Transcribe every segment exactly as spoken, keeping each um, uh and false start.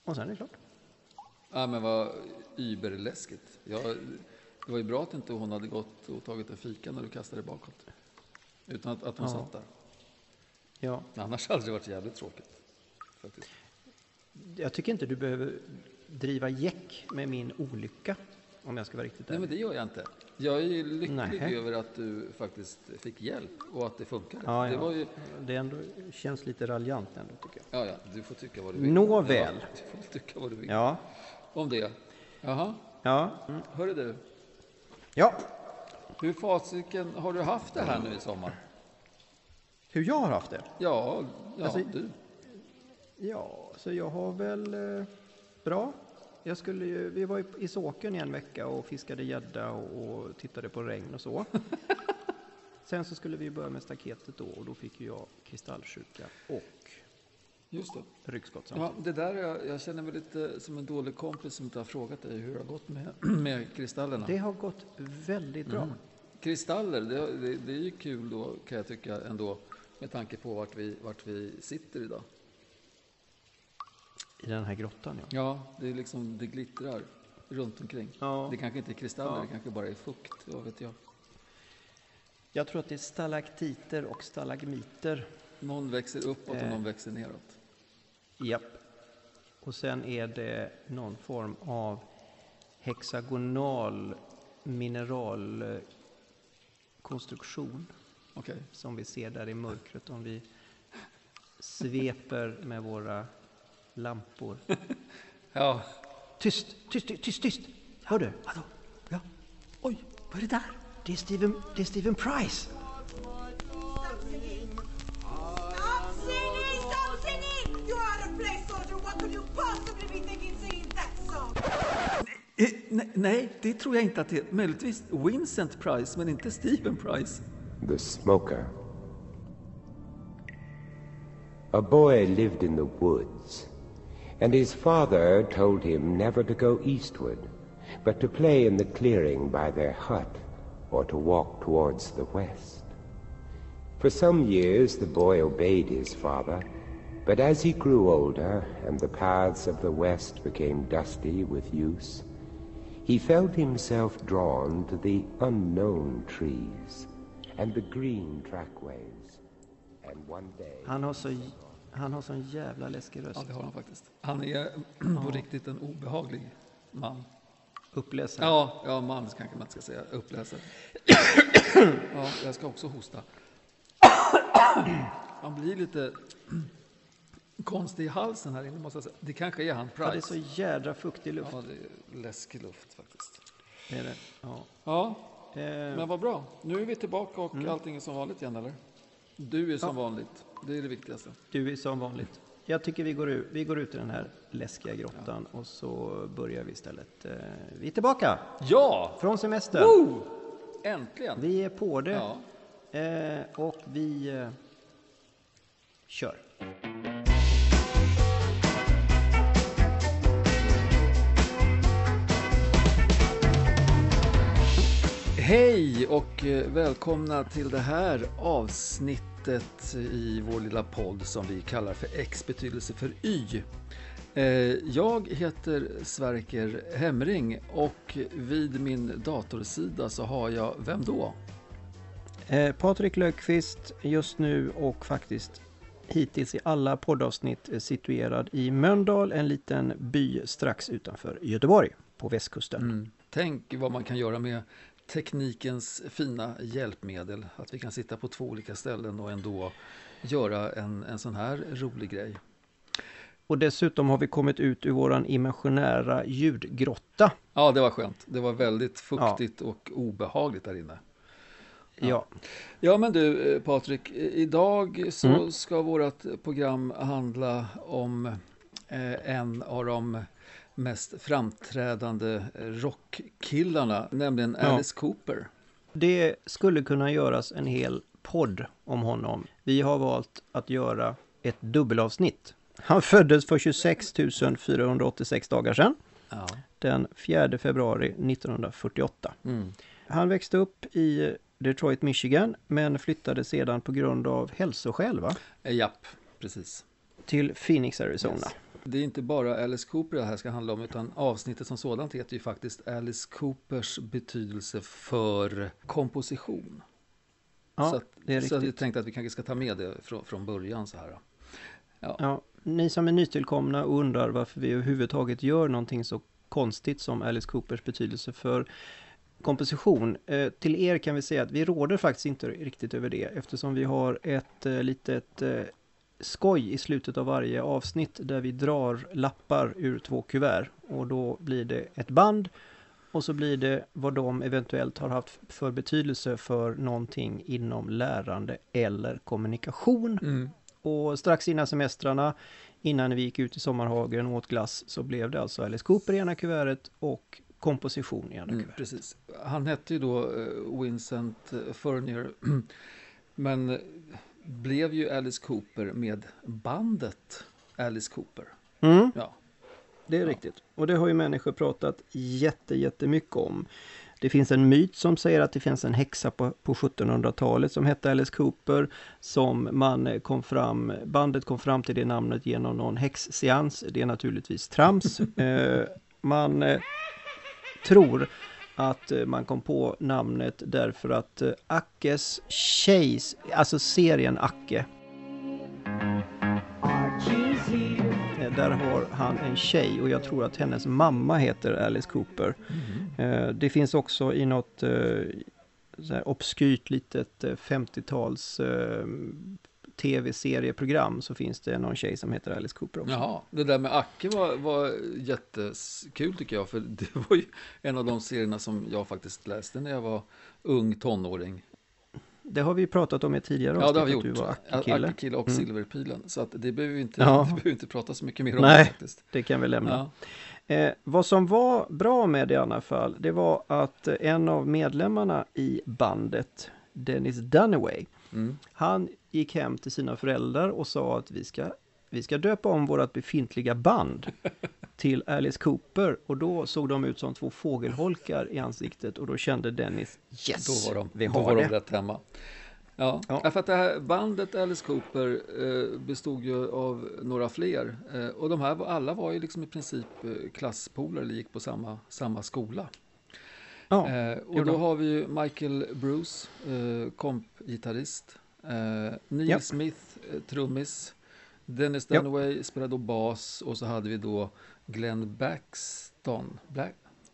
Och sen är det klart. Ja, men vad überläskigt. Jag, det var ju bra att inte hon hade gått och tagit en fika när du kastade bakåt. Utan att, att hon Ja. satt där. Ja. Men annars hade det varit jävligt tråkigt. Faktiskt. Jag tycker inte du behöver driva jäck med min olycka, om jag ska vara riktigt Nej, ärlig. men det gör jag inte. Jag är ju lycklig Nej. över att du faktiskt fick hjälp och att det funkade. Ja, Det ja. var ju... Det ändå känns lite raljant ändå, tycker jag. Ja, ja, du får tycka vad du vill. Nåväl. Ja, du får tycka vad du vill. Ja. Om det. Jaha. Ja. Mm. Hörru du, Ja. hur fasiken har du haft det här nu i sommar? Hur jag har haft det? Ja, ja Alltså, du. Ja, så jag har väl eh, bra. Jag skulle ju, vi var ju i Såken i en vecka och fiskade gädda och, och tittade på regn och så. Sen så skulle vi börja med staketet då och då fick ju jag kristallsjuka och Just det. ryggskott Ja, samtidigt. det där, jag, jag känner mig lite som en dålig kompis som inte har frågat dig hur det har gått med, med kristallerna. Det har gått väldigt bra. Mm. Kristaller, det, det, det är ju kul då, kan jag tycka ändå, med tanke på vart vi, vart vi sitter idag. I den här grottan, ja. Ja, det är liksom, det glittrar runt omkring. Ja. Det kanske inte är kristaller, Ja. det kanske bara är fukt, vad vet jag. Jag tror att det är stalaktiter och stalagmiter. Någon växer uppåt och Eh. någon växer neråt. Japp. Och sen är det någon form av hexagonal mineralkonstruktion Okej. som vi ser där i mörkret om vi sveper med våra lampor. Ja, Tyst, tyst, tyst, tyst! Hör du? Hallå? Ja. Oj, vad är det där? Det är Steven, det är Steven Price. Stop singing! Stop singing! You're out of place, soldier! What could you possibly be thinking singing that song? eh, nej, nej, det tror jag inte att det är. Möjligtvis Vincent Price, men inte Steven Price. The Smoker. A boy lived in the woods, and his father told him never to go eastward, but to play in the clearing by their hut, or to walk towards the west. For some years the boy obeyed his father, but as he grew older and the paths of the west became dusty with use, he felt himself drawn to the unknown trees and the green trackways. And one day... Han har så, han har sån jävla läskig röst. Ja, det har han faktiskt. Han är på riktigt en obehaglig man. Uppläsare. Ja, ja, man kanske man ska säga. Uppläsare. Ja, jag ska också hosta. Han blir lite konstig i halsen här inne, måste jag säga. Det kanske är han, Ja, det är Price. så jädra fuktig luft. Ja, det är läskig luft faktiskt. Det är det. Ja. Ja, Eh, men vad bra. Nu är vi tillbaka och allting är som vanligt igen, eller? Du är som Ja. vanligt. Det är det viktigaste. Du är som vanligt. Jag tycker vi går ut, vi går ut i den här läskiga grottan och så börjar vi istället. Eh, vi är tillbaka Ja! från semestern. Woo! Äntligen! Vi är på det Ja. eh, och vi eh, kör. Hej och eh, välkomna till det här avsnittet i vår lilla podd som vi kallar för X betydelse för Y. Eh, Jag heter Sverker Hemring och vid min datorsida så har jag, vem då? Eh, Patrik Löfqvist just nu och faktiskt hittills i alla poddavsnitt eh, situerad i Mölndal, en liten by strax utanför Göteborg på västkusten. Mm. Tänk vad man kan göra med teknikens fina hjälpmedel. Att vi kan sitta på två olika ställen och ändå göra en, en sån här rolig grej. Och dessutom har vi kommit ut ur våran imaginära ljudgrotta. Ja, det var skönt. Det var väldigt fuktigt och obehagligt där inne. Ja. Ja, men du eh, Patrik, i- idag så Mm. ska vårt program handla om eh, en av de mest framträdande rockkillarna, nämligen Ja. Alice Cooper. Det skulle kunna göras en hel podd om honom. Vi har valt att göra ett dubbelavsnitt. Han föddes för tjugosex tusen fyrahundraåttiosex dagar sedan, Ja. den fjärde februari nittonhundrafyrtioåtta. Mm. Han växte upp i Detroit, Michigan, men flyttade sedan på grund av hälsoskäl va? Eh, Japp, precis. till Phoenix, Arizona. Yes. Det är inte bara Alice Cooper det här ska handla om, utan avsnittet som sådant heter ju faktiskt Alice Coopers betydelse för komposition. Ja, så att, det är så jag riktigt. tänkte att vi kanske ska ta med det från, från början så här. Ja. Ja, ni som är nytillkomna och undrar varför vi överhuvudtaget gör någonting så konstigt som Alice Coopers betydelse för komposition. Eh, till er kan vi säga att vi råder faktiskt inte riktigt över det, eftersom vi har ett eh, litet eh, skoj i slutet av varje avsnitt där vi drar lappar ur två kuvert, och då blir det ett band och så blir det vad de eventuellt har haft för betydelse för någonting inom lärande eller kommunikation. Mm. Och strax innan semestrarna, innan vi gick ut i sommarhagen och åt glass, så blev det alltså Alice Cooper i ena kuvertet och komposition i ena Mm, kuvertet. precis. Han hette ju då uh, Vincent Furnier, men uh, blev ju Alice Cooper med bandet Alice Cooper. Mm, Ja. det är Ja. riktigt. Och det har ju människor pratat jätte, jättemycket om. Det finns en myt som säger att det finns en häxa på, på sjuttonhundratalet som hette Alice Cooper, som man kom fram, bandet kom fram till det namnet genom någon häxseans. Det är naturligtvis trams. eh, man eh, tror att eh, man kom på namnet därför att eh, Ackes tjejs, alltså serien Acke, eh, där har han en tjej och jag tror att hennes mamma heter Alice Cooper. Mm. Eh, det finns också i något eh, så här obskyrt litet eh, femtiotals eh, tv-serieprogram så finns det någon tjej som heter Alice Cooper också. Jaha, det där med Acke var, var jättekul tycker jag, för det var ju en av de serierna som jag faktiskt läste när jag var ung tonåring. Det har vi pratat om i tidigare Ja, det har vi att gjort. du var Acke-kille. Acke-kille och Mm. Silverpilen. Så att det behöver vi inte, Ja. det behöver vi inte prata så mycket mer om Nej. faktiskt. Det kan vi lämna. Ja. Eh, vad som var bra med det i alla fall, det var att eh, en av medlemmarna i bandet, Dennis Dunaway, Mm. han gick hem till sina föräldrar och sa att vi ska, vi ska döpa om vårt befintliga band till Alice Cooper. Och då såg de ut som två fågelholkar i ansiktet och då kände Dennis, yes, Då var de, vi då har var det. de rätt hemma. Ja, Ja. för att det här bandet Alice Cooper eh, bestod ju av några fler. Eh, och de här var, alla var ju liksom i princip eh, klasspolare, eller gick på samma, samma skola. Ja, Eh, och gjorde då de. har vi ju Michael Bruce, eh, kompgitarrist. Eh, Neil Ja. Smith, eh, trummis. Dennis Ja. Dunaway spelade då bas. Och så hade vi då Glenn Baxton. Black,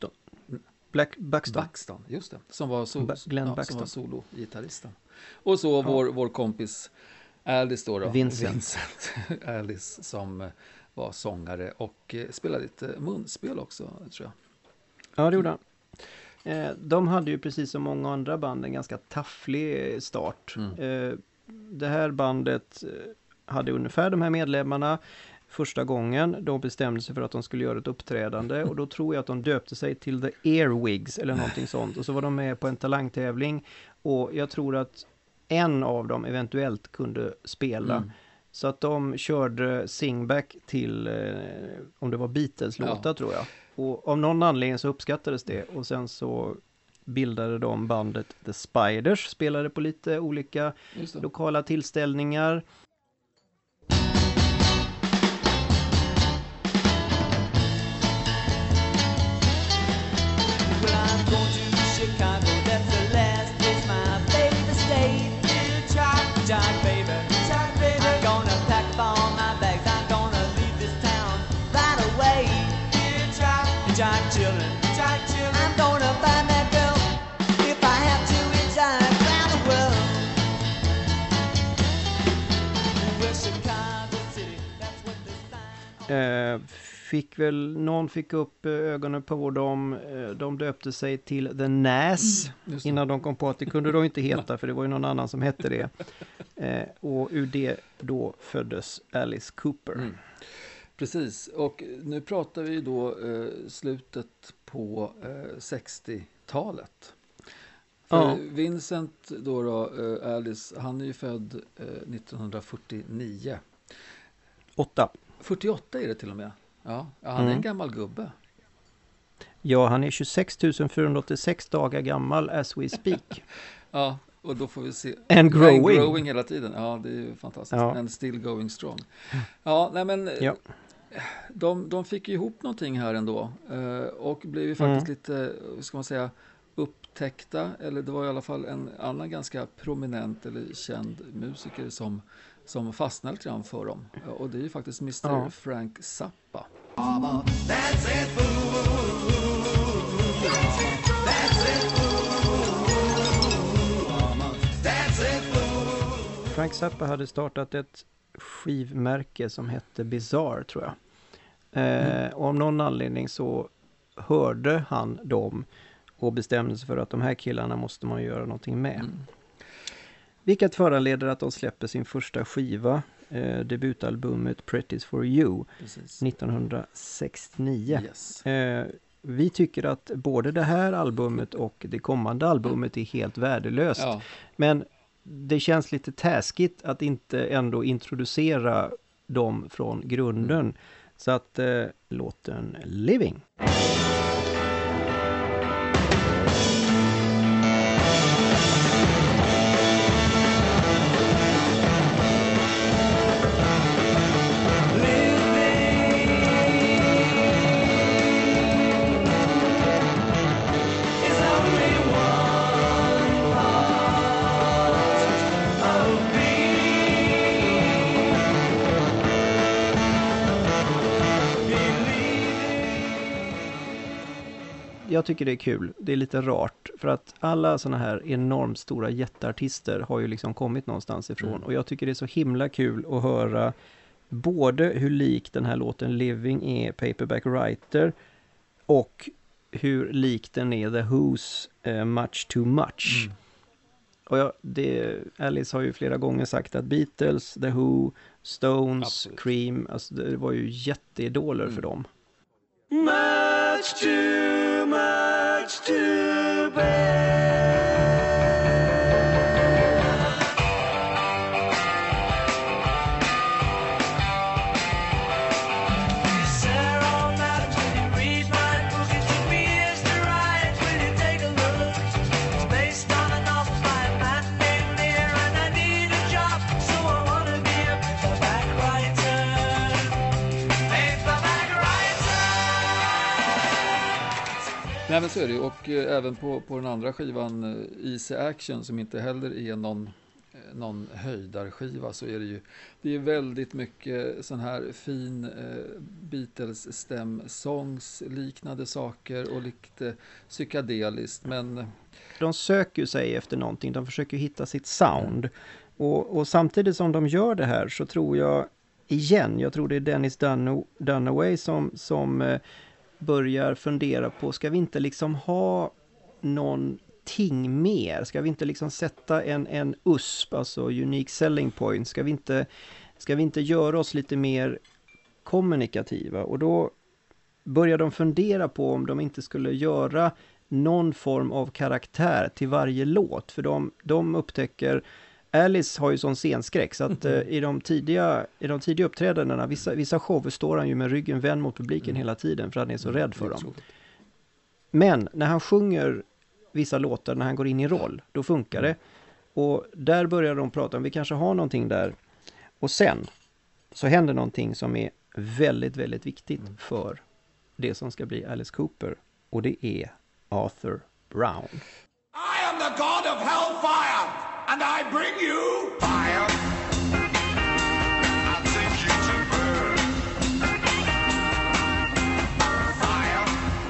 Black Baxton. Baxton, just det. Som var, so- Ba- Glenn ja, Baxton. som var sologitarristen. Och så vår, vår kompis Alice då. då Vincent. Vincent Alice som eh, var sångare och eh, spelade lite munspel också, tror jag. Ja, det gjorde han. Eh, de hade ju precis som många andra band en ganska tafflig start. Mm. Eh, det här bandet eh, hade ungefär de här medlemmarna första gången. De bestämde sig för att de skulle göra ett uppträdande och då tror jag att de döpte sig till The Earwigs eller någonting sånt. Och så var de med på en talangtävling och jag tror att en av dem eventuellt kunde spela. Mm. Så att de körde singback till, eh, om det var Beatles-låtar Ja. tror jag. Och av någon anledning så uppskattades det. Och sen så bildade de bandet The Spiders. Spelade på lite olika Just det. lokala tillställningar. Well, I'm going to Chicago, that's the last place my baby stayed. You John, John, baby, John, baby. I'm gonna pack up all my bags, I'm gonna leave this town right away. You John, John, chillin', John, chillin'. I'm gonna find that girl if I have to inside round the world. Well, Chicago City, that's what the sign. Eh, fick väl, någon fick upp eh, ögonen på dem. Eh, de döpte sig till The Nas. Just det. Innan de kom på att det kunde de inte heta för det var ju någon annan som hette det. Eh, och ur det då föddes Alice Cooper. Mm. Precis, och nu pratar vi då eh, slutet på eh, sextiotalet. För Ja. Vincent då, då eh, Alice, han är ju född eh, nittonhundrafyrtionio. Åtta. fyrtioåtta är det till och med. Ja, ja han är Mm. en gammal gubbe. Ja, han är tjugosex tusen fyrahundraåttiosex dagar gammal as we speak. Ja, och då får vi se. And growing. And growing hela tiden. Ja, det är ju fantastiskt. Ja. And still going strong. Ja, nej men Ja. de, de fick ju ihop någonting här ändå eh, och blev ju faktiskt Mm. lite, ska man säga, upptäckta, eller det var i alla fall en annan ganska prominent eller känd musiker som, som fastnade lite grann för dem. Och det är ju faktiskt mister Ja. Frank Zappa. Frank Zappa hade startat ett skivmärke som hette Bizarre, tror jag. Eh, och om någon anledning så hörde han dem och bestämde sig för att de här killarna måste man göra någonting med. Mm. Vilket föranleder att de släpper sin första skiva, eh, debutalbumet Pretty's for You, Precis. nittonhundrasextionio. Yes. Eh, vi tycker att både det här albumet och det kommande albumet är helt värdelöst. Ja. Men det känns lite taskigt att inte ändå introducera dem från grunden. Mm. Så att eh, låten Living. Jag tycker det är kul. Det är lite rart. För att alla såna här enormt stora jätteartister har ju liksom kommit någonstans ifrån. Mm. Och jag tycker det är så himla kul att höra både hur lik den här låten Living är Paperback Writer och hur lik den är The Who's uh, Much Too Much. Mm. Och jag, det, Alice har ju flera gånger sagt att Beatles, The Who, Stones, Absolut. Cream, alltså det var ju jätteidoler Mm. för dem. Much too much to bear. Sarah Madams, will you read my book? It took me years to write. Will you take a look? It's based on a novel by a man named Lear, and I need a job, so I wanna be a paperback writer. Paperback writer. Nej, men så är det ju. Och eh, även på, på den andra skivan, eh, Easy Action, som inte heller är någon, eh, någon höjdarskiva, så är det ju, det är väldigt mycket sån här fin eh, Beatles-stäm-songs, liknande saker och lite psykedeliskt, men De söker sig efter någonting, de försöker hitta sitt sound. Och, och samtidigt som de gör det här så tror jag, igen, jag tror det är Dennis Dun- Dunaway som, som eh, börjar fundera på, ska vi inte liksom ha någonting mer? Ska vi inte liksom sätta en, en U S P, alltså Unique Selling Point? Ska vi inte, ska vi inte göra oss lite mer kommunikativa? Och då börjar de fundera på om de inte skulle göra någon form av karaktär till varje låt. För de, de upptäcker, Alice har ju sån scenskräck så att eh, i de tidiga, i de tidiga uppträdandena, vissa, vissa shower står han ju med ryggen vänd mot publiken Mm. hela tiden för att han är så rädd för det är dem. så. Men när han sjunger vissa låtar, när han går in i roll, då funkar det. Och där börjar de prata om, vi kanske har någonting där. Och sen så händer någonting som är väldigt, väldigt viktigt för det som ska bli Alice Cooper. Och det är Arthur Brown. I am the god of hellfire, and I bring you fire. I take you to burn. Fire.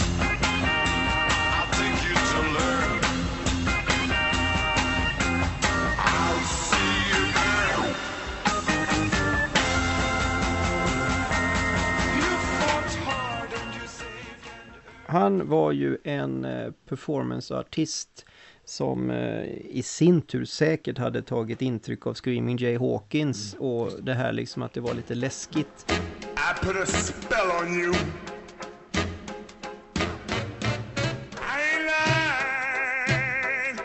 I'll take you to learn. I'll see you burn. You fought hard and you saved and Han var ju en eh, performanceartist som eh, i sin tur säkert hade tagit intryck av Screaming Jay Hawkins och det här liksom att det var lite läskigt. I put a spell on you. I ain't lying.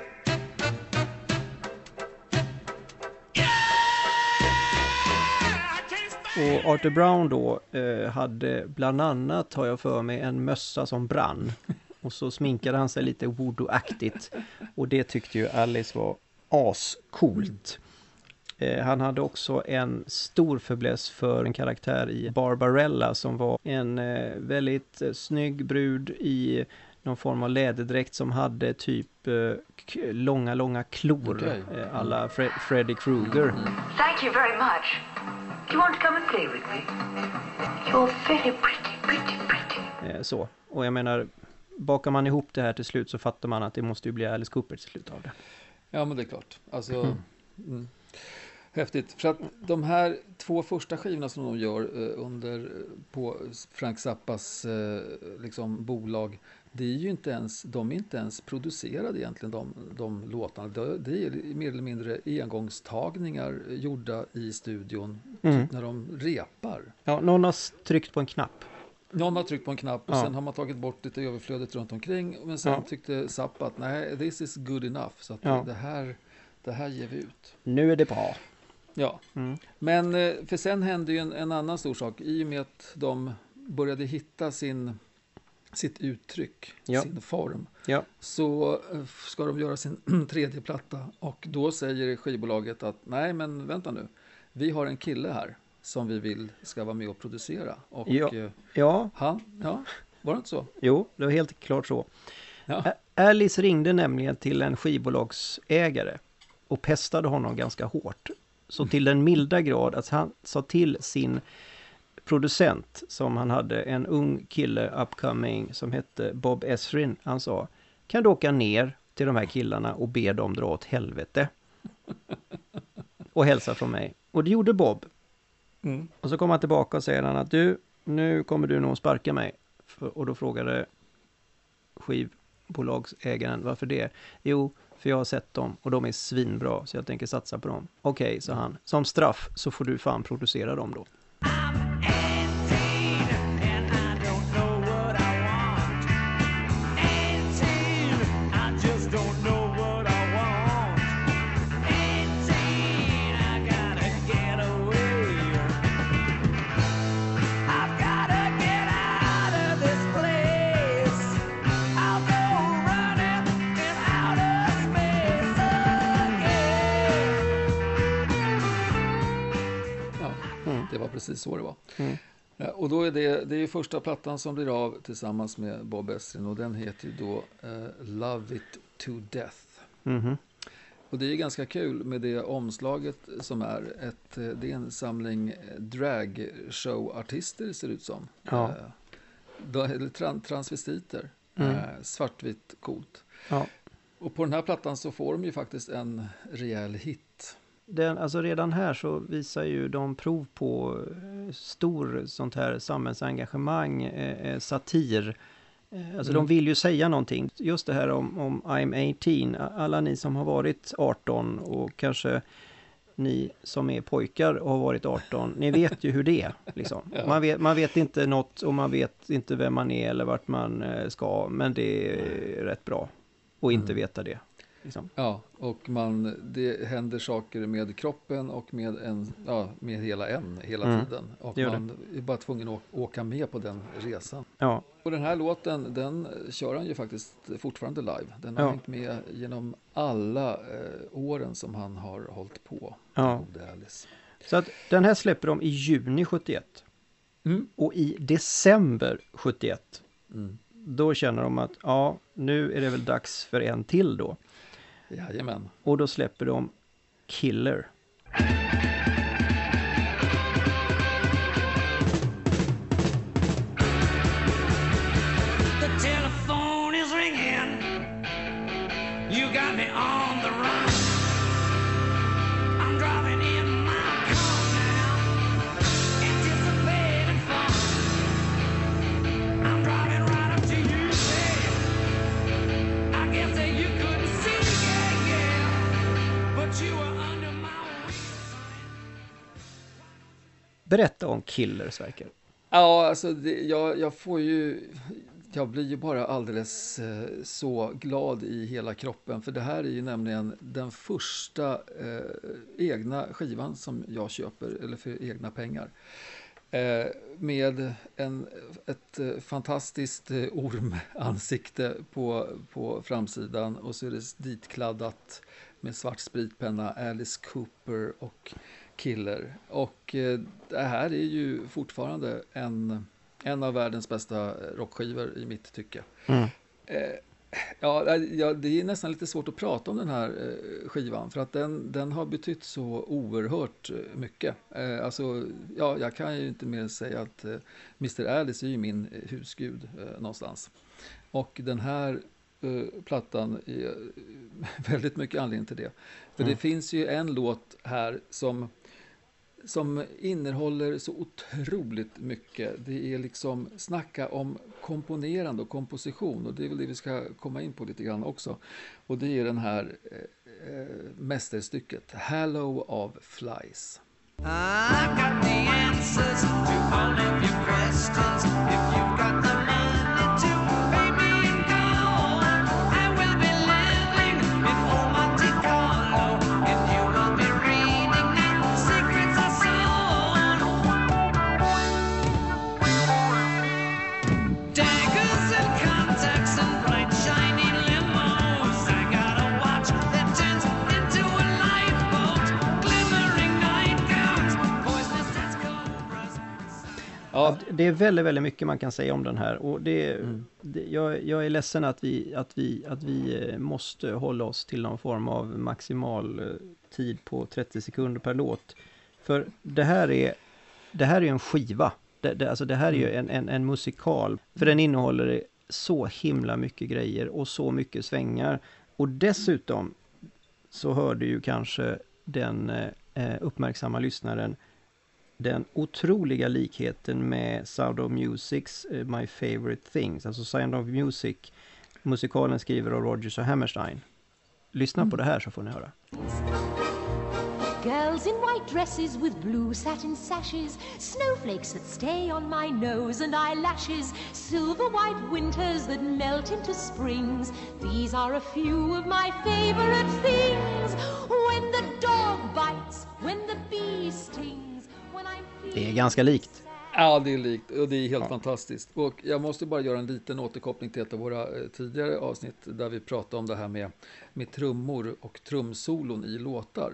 Yeah, I can't stand. Och Arthur Brown då eh, hade bland annat, har jag för mig, en mössa som brann. Och så sminkade han sig lite voodoo-aktigt. Och det tyckte ju Alice var ascoolt. Eh, han hade också en stor fäbless för en karaktär i Barbarella som var en eh, väldigt eh, snygg brud i någon form av läderdräkt som hade typ eh, k- långa, långa klor. Okej. Eh, alla Fre- Freddy Krueger. Thank you very much. Do you want to come and play with me? You're very pretty, pretty, pretty. Eh, så. Och jag menar, bakar man ihop det här till slut så fattar man att det måste ju bli Alice Cooper till slut av det. Ja, men det är klart. Alltså, mm. Häftigt. För att de här två första skivorna som de gör eh, under på Frank Zappas eh, liksom bolag, det är ju inte ens, de är inte ens producerade egentligen, de, de låtarna. Det, det är mer eller mindre engångstagningar gjorda i studion Mm. typ när de repar. Ja, någon har tryckt på en knapp. Någon har tryckt på en knapp och Ja. sen har man tagit bort lite överflödet runt omkring. Men sen Ja. tyckte Zappa att nej, this is good enough. Så att Ja. det, här, det här ger vi ut. Nu är det bra. Ja, Mm. men eh, för sen hände ju en, en annan stor sak. I och med att de började hitta sin, sitt uttryck, Ja. sin form, Ja. så eh, ska de göra sin tredje platta. Och då säger skivbolaget att nej, men vänta nu. Vi har en kille här som vi vill ska vara med och producera. Och Ja. eh, Ja, han, ja, var det inte så? jo, det var helt klart så. Ja. Ä- Alice ringde nämligen till en skivbolagsägare och pestade honom ganska hårt. Så till den milda grad att han sa till sin producent som han hade, en ung kille upcoming som hette Bob Ezrin. Han sa, kan du åka ner till de här killarna och be dem dra åt helvete? Och hälsa från mig. Och det gjorde Bob. Mm. Och så kom han tillbaka och säger han att du, nu kommer du nog sparka mig. För, och då frågade skivbolagsägaren, varför det? Jo, för jag har sett dem och de är svinbra så jag tänker satsa på dem. Okej, okay, sa han. Som straff så får du fan producera dem då. Ja, det var precis så det var. Mm. Ja, och då är det, det är ju första plattan som blir av tillsammans med Bob Ezrin och den heter ju då eh, Love It To Death. Mhm. Och det är ganska kul med det omslaget som är ett, eh, det är en samling dragshowartister ser det ut som. Ja. Eh, då, eller tran, transvestiter. Mm. Eh, svartvitt, coolt. Ja. Och på den här plattan så får de ju faktiskt en rejäl hit. Den, alltså redan här så visar ju de prov på eh, stor sånt här samhällsengagemang, eh, eh, satir. Eh, alltså Mm. de vill ju säga någonting. Just det här om, om I'm arton, alla ni som har varit arton och kanske ni som är pojkar och har varit arton, ni vet ju hur det är. Liksom. Ja. Man, vet, man vet inte något och man vet inte vem man är eller vart man eh, ska, men det är rätt bra att inte Mm. veta det. Liksom. Ja, och man, det händer saker med kroppen och med, en, ja, med hela en hela Mm. tiden. Och Det gör man är bara tvungen att åka med på den resan. Ja, Och den här låten, den kör han ju faktiskt fortfarande live. Den har Ja. hängt med genom alla eh, åren som han har hållit på. Ja. Gode Alice. så att den här släpper de i juni sjuttioett. Mm. Och i december sjuttioett, Mm. då känner de att ja, nu är det väl dags för en till då. Jajamän. Och då släpper de Killer. The telephone is ringing. You got me on the run. I'm driving in my car now, anticipating fun. I'm driving right up to you, babe. I guess that you couldn't see, yeah, yeah, but you were under my wheel. Berätta om Killer, Sverker. Ja, alltså det, jag, jag får ju, jag blir ju bara alldeles eh, så glad i hela kroppen. För det här är ju nämligen den första eh, egna skivan som jag köper, eller för egna pengar. Eh, med en, ett eh, fantastiskt eh, ormansikte på, på framsidan och så är det ditkladdat med svart spritpenna, Alice Cooper och Killer. Och eh, det här är ju fortfarande en, en av världens bästa rockskivor i mitt tycke. Mm. Eh, ja, ja, det är nästan lite svårt att prata om den här eh, skivan för att den, den har betytt så oerhört mycket. Eh, alltså, ja, jag kan ju inte mer säga att eh, mister Alice är ju min husgud eh, någonstans. Och den här eh, plattan är väldigt mycket anledning till det. För mm. det finns ju en låt här som som innehåller så otroligt mycket. Det är liksom snacka om komponerande och komposition, och det är väl det vi ska komma in på lite grann också. Och det är den här eh, mästerstycket Hello of Flies. I've got the answers to all of your questions. If you've got the money to pay me in gold, I will be living in old Monte Carlo, and you will be reading the secrets I sold. Daggers and contacts and bright shiny limos. I got a watch that turns into a lifeboat, glimmering nightgowns, poisonous as cobras. Ja, Det är väldigt, väldigt mycket man kan säga om den här. Och det, Mm. det, jag, jag är ledsen att vi, att, vi, att vi måste hålla oss till någon form av maximal eh, tid på trettio sekunder per låt. För det här är, det här är en skiva. Det, det, alltså det här är ju en, en, en musikal. För den innehåller så himla mycket grejer och så mycket svängar. Och dessutom så hörde ju kanske den eh, uppmärksamma lyssnaren den otroliga likheten med Sound of Music's uh, My Favorite Things. Alltså Sound of Music, musikalen skriver av Rodgers och Hammerstein. Lyssna på det här så får ni höra. Girls in white dresses with blue satin sashes, snowflakes that stay on my nose and eyelashes, silver white winters that melt into springs. These are a few of my favorite things. When the dog bites, when the bee stings, when I'm Det är ganska likt. Ja, det är likt och det är helt ja. fantastiskt. Och jag måste bara göra en liten återkoppling till ett av våra tidigare avsnitt där vi pratade om det här med, med trummor och trumsolon i låtar.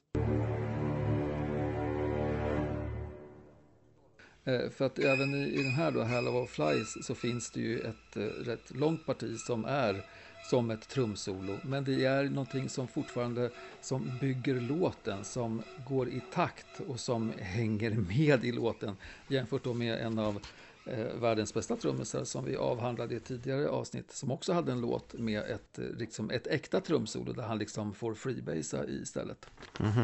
För att även i, i den här då, Hello of Flies, så finns det ju ett uh, rätt långt parti som är som ett trumsolo. Men det är någonting som fortfarande som bygger låten, som går i takt och som hänger med i låten. Jämfört då med en av eh, världens bästa trummisar som vi avhandlade i ett tidigare avsnitt, som också hade en låt med ett, liksom, ett äkta trumsolo där han liksom får freebasea istället. Mm-hmm.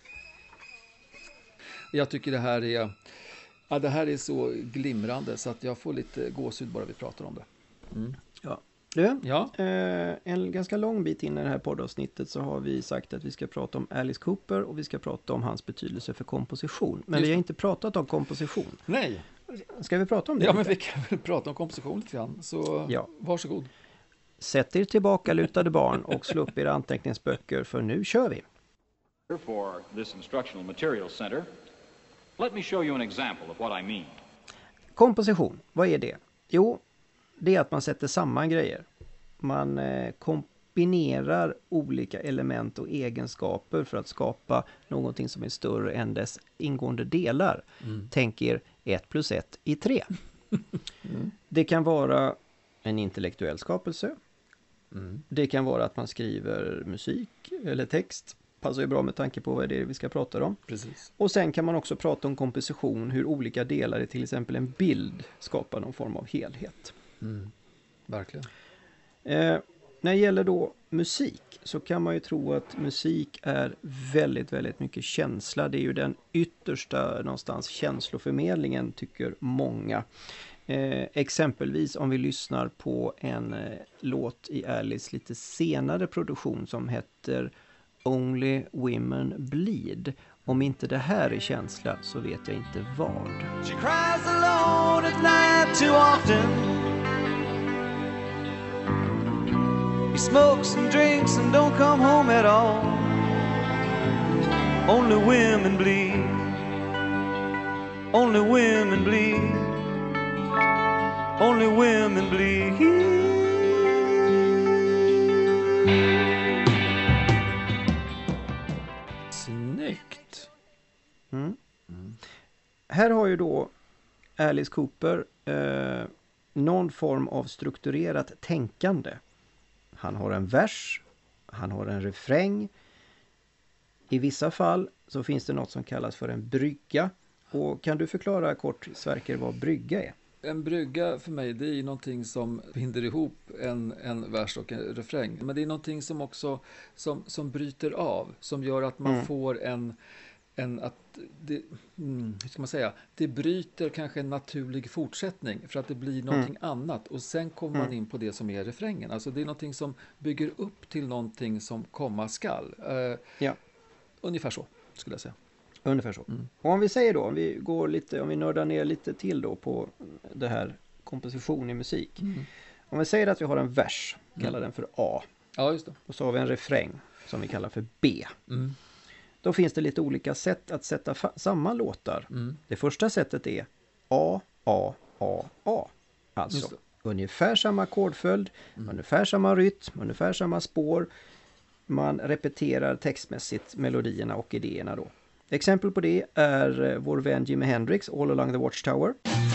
Jag tycker det här är ja, det här är så glimrande så att jag får lite gåshud bara vi pratar om det. Mm. Ja. Du, ja. eh, en ganska lång bit in i det här poddavsnittet så har vi sagt att vi ska prata om Alice Cooper och vi ska prata om hans betydelse för komposition. Men Just vi har det. inte pratat om komposition. Nej. Ska vi prata om det? Ja, men vi kan väl prata om komposition lite grann. Så ja. Varsågod. Sätt er tillbaka, lutade barn, och slå upp era anteckningsböcker, för nu kör vi. For this instructional materials center, let me show you an example of what I mean. Komposition, vad är det? Jo, det är att man sätter samman grejer. Man eh, kombinerar olika element och egenskaper för att skapa någonting som är större än dess ingående delar. Mm. Tänk er ett plus ett i tre. mm. Det kan vara en intellektuell skapelse. Mm. Det kan vara att man skriver musik eller text. Passar ju bra med tanke på vad det är vi ska prata om. Precis. Och sen kan man också prata om komposition, hur olika delar i till exempel en bild skapar någon form av helhet. Mm. Verkligen. Eh, när det gäller då musik så kan man ju tro att musik är väldigt, väldigt mycket känsla. Det är ju den yttersta någonstans känsloförmedlingen, tycker många. Eh, exempelvis om vi lyssnar på en eh, låt i Alice lite senare produktion som heter Only Women Bleed. Om inte det här är känsla så vet jag inte vad. She cries alone at night too often. He smokes and drinks and don't come home at all. Only women bleed. Only women bleed. Only women bleed. här har ju då Alice Cooper eh, någon form av strukturerat tänkande. Han har en vers, han har en refräng. I vissa fall så finns det något som kallas för en brygga. Och kan du förklara kort, Sverker, vad brygga är? En brygga för mig, det är ju någonting som binder ihop en, en vers och en refräng. Men det är någonting som också som, som bryter av, som gör att man mm. får en, en att det, mm, hur ska man säga, det bryter kanske en naturlig fortsättning för att det blir någonting mm. annat. Och sen kommer mm. man in på det som är refrängen. Alltså det är någonting som bygger upp till någonting som komma skall. Uh, ja. Ungefär så skulle jag säga. Ungefär så. Mm. Och om vi säger då, om vi går lite, om vi nördar ner lite till då på det här komposition i musik. Mm. Om vi säger att vi har en vers, kallar mm. den för A. Ja, just det. Och så har vi en refräng som vi kallar för B. Mm. Då finns det lite olika sätt att sätta fa- samman låtar. Mm. Det första sättet är A, A, A, A. Alltså ungefär samma ackordföljd, mm. ungefär samma rytm, ungefär samma spår. Man repeterar textmässigt melodierna och idéerna då. Exempel på det är vår vän Jimi Hendrix, All Along the Watchtower.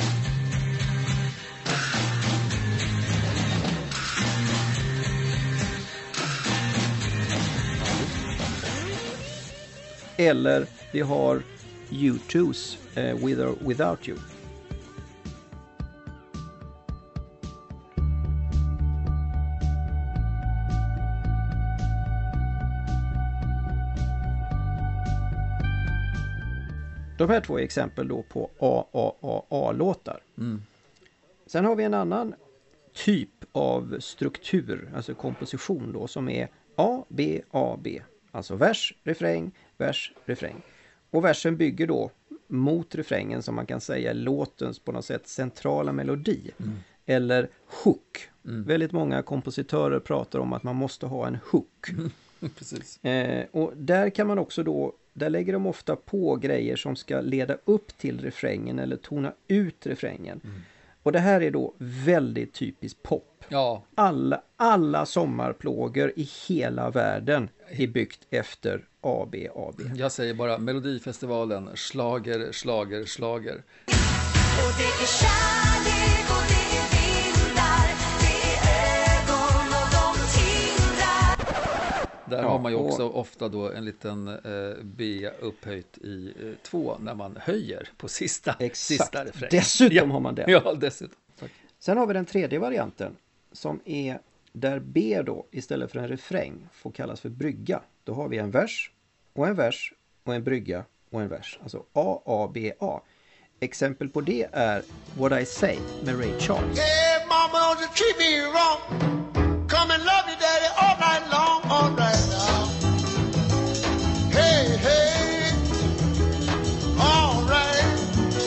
Eller vi har U two's uh, With or Without You. De här två är exempel då på A, A, A, A-låtar. Mm. Sen har vi en annan typ av struktur, alltså komposition då, som är A, B, A, B. Alltså vers, refräng, vers, refräng. Och versen bygger då mot refrängen, som man kan säga låtens på något sätt centrala melodi. Mm. Eller hook. Mm. Väldigt många kompositörer pratar om att man måste ha en hook. Precis. Eh, och där kan man också då, där lägger de ofta på grejer som ska leda upp till refrängen eller tona ut refrängen. Mm. Och det här är då väldigt typiskt pop. Ja. Alla, alla sommarplågor i hela världen är byggt efter A B A B. Jag säger bara Melodifestivalen, slager, slager, slager. Och det är kärlek och det är vindar, det är ögon och de tindrar. Där Ja, har man ju också och... ofta då en liten eh, B upphöjt i eh, två när man höjer på sista, sista refrängen. Dessutom ja. har man det. Ja, dessutom. Tack. Sen har vi den tredje varianten som är där B då istället för en refräng får kallas för brygga. Då har vi en vers och en vers och en brygga och en vers. Alltså A, A, B, A. Exempel på det är What I Say med Ray Charles. Yeah, mama, don't you treat me wrong. Come and love you, daddy, all night long, all right now. Hey, hey, all right.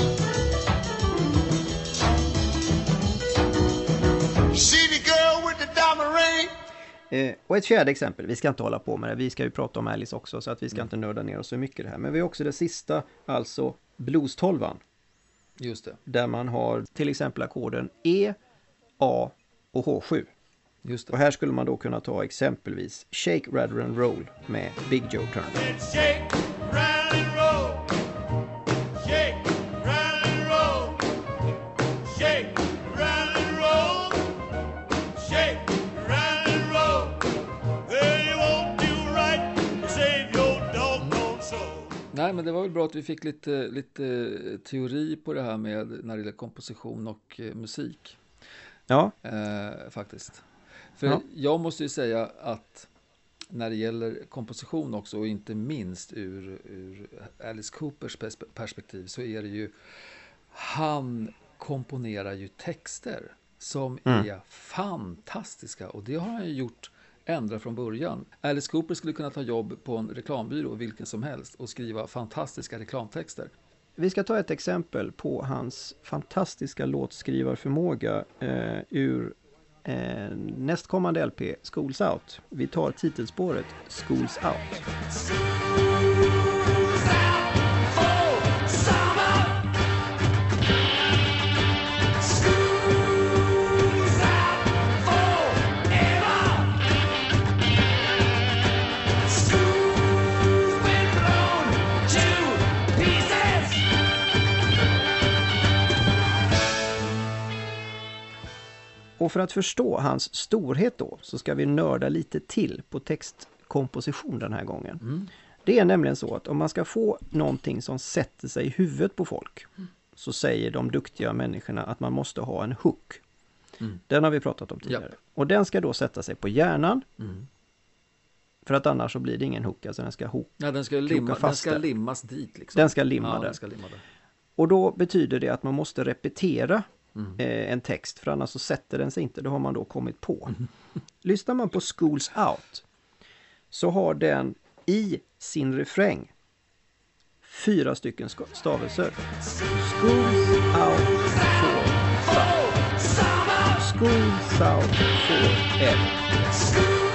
See the girl with the diamond ring. Eh, och ett fjärde exempel, vi ska inte hålla på med det, vi ska ju prata om Alice också så att vi ska inte nörda ner oss så mycket det här. Men vi har också det sista, alltså blues-tolvan. Just det. Där man har till exempel ackorden E, A och H sju. Just det. Och här skulle man då kunna ta exempelvis Shake, Rattle and Roll med Big Joe Turner. Shake, rattle and roll. Shake, rattle and roll. Shake, rattle and roll. Shake, rattle and roll. Well, you won't do right to save your doggone soul. Nej, men det var väl bra att vi fick lite, lite teori på det här med när det gäller komposition och eh, musik. Ja. Eh, faktiskt. För Ja. jag måste ju säga att när det gäller komposition också och inte minst ur, ur Alice Coopers pers- perspektiv så är det ju, han komponerar ju texter som Mm. är fantastiska och det har han ju gjort ända från början. Alice Cooper skulle kunna ta jobb på en reklambyrå vilken som helst och skriva fantastiska reklamtexter. Vi ska ta ett exempel på hans fantastiska låtskrivarförmåga eh, ur eh, nästkommande L P, Schools Out. Vi tar titelspåret Schools Out. Och för att förstå hans storhet då så ska vi nörda lite till på textkomposition den här gången. Mm. Det är nämligen så att om man ska få någonting som sätter sig i huvudet på folk Mm. så säger de duktiga människorna att man måste ha en hook. Mm. Den har vi pratat om tidigare. Ja. Och den ska då sätta sig på hjärnan. Mm. För att annars så blir det ingen hook. Alltså den ska hook. Ja, den ska, limma, den fast ska där. limmas dit. Liksom. Den ska limma ja, där. Den ska limma där. Och då betyder det att man måste repetera Mm. eh, en text. För annars så sätter den sig inte. Det har man då kommit på. Lyssnar man på Schools Out så har den i sin refräng fyra stycken ska- stavelser. Schools out for summer. Schools out forever.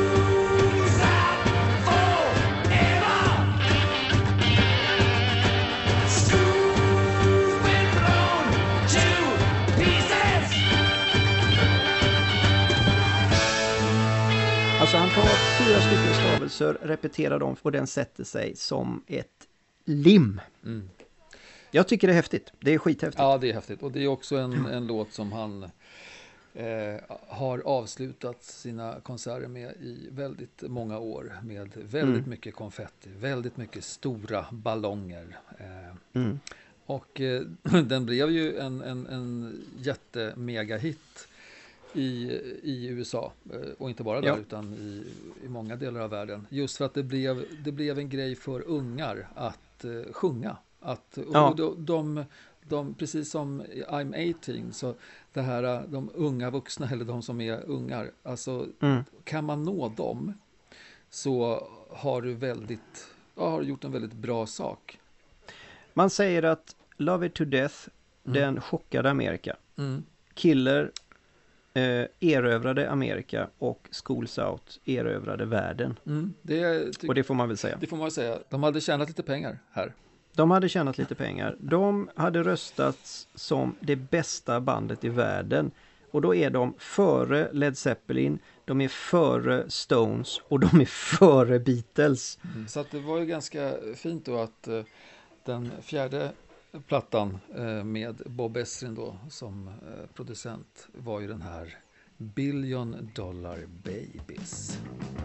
Alltså han tar fyra stycken stavelser, repeterar dem och den sätter sig som ett lim. Mm. Jag tycker det är häftigt. Det är skithäftigt. Ja, det är häftigt. Och det är också en, en låt som han eh, har avslutat sina konserter med i väldigt många år. Med väldigt Mm. mycket konfetti, väldigt mycket stora ballonger. Eh, Mm. och eh, den blev ju en, en, en jättemegahit i, i U S A. Eh, och inte bara där Ja. utan i, i många delar av världen. Just för att det blev, det blev en grej för ungar att eh, sjunga. Att, Ja. och de, de, de, precis som I'm arton, så det här, de unga vuxna eller de som är ungar, alltså Mm. kan man nå dem så har du väldigt, ja, har du gjort en väldigt bra sak. Man säger att Love It To Death, Mm. den chockade Amerika. Mm. Killer eh, erövrade Amerika och Schools Out erövrade världen. Mm. Det, ty- Och det får man väl säga. det får man säga. De hade tjänat lite pengar här. De hade tjänat lite pengar. De hade röstats som det bästa bandet i världen. Och då är de före Led Zeppelin, de är före Stones och de är före Beatles. Så att det var ju ganska fint då att eh, den fjärde plattan eh, med Bob Ezrin då som eh, producent var ju den här Billion Dollar Babies.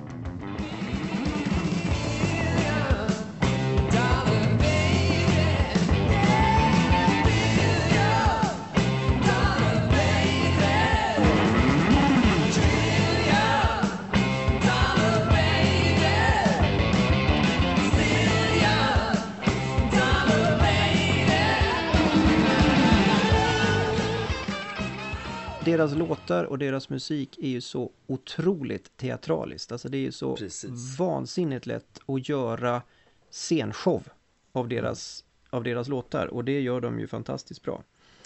Deras låtar och deras musik är ju så otroligt teatraliskt. Alltså det är ju så Precis. vansinnigt lätt att göra scenshow av deras, av deras låtar. Och det gör de ju fantastiskt bra.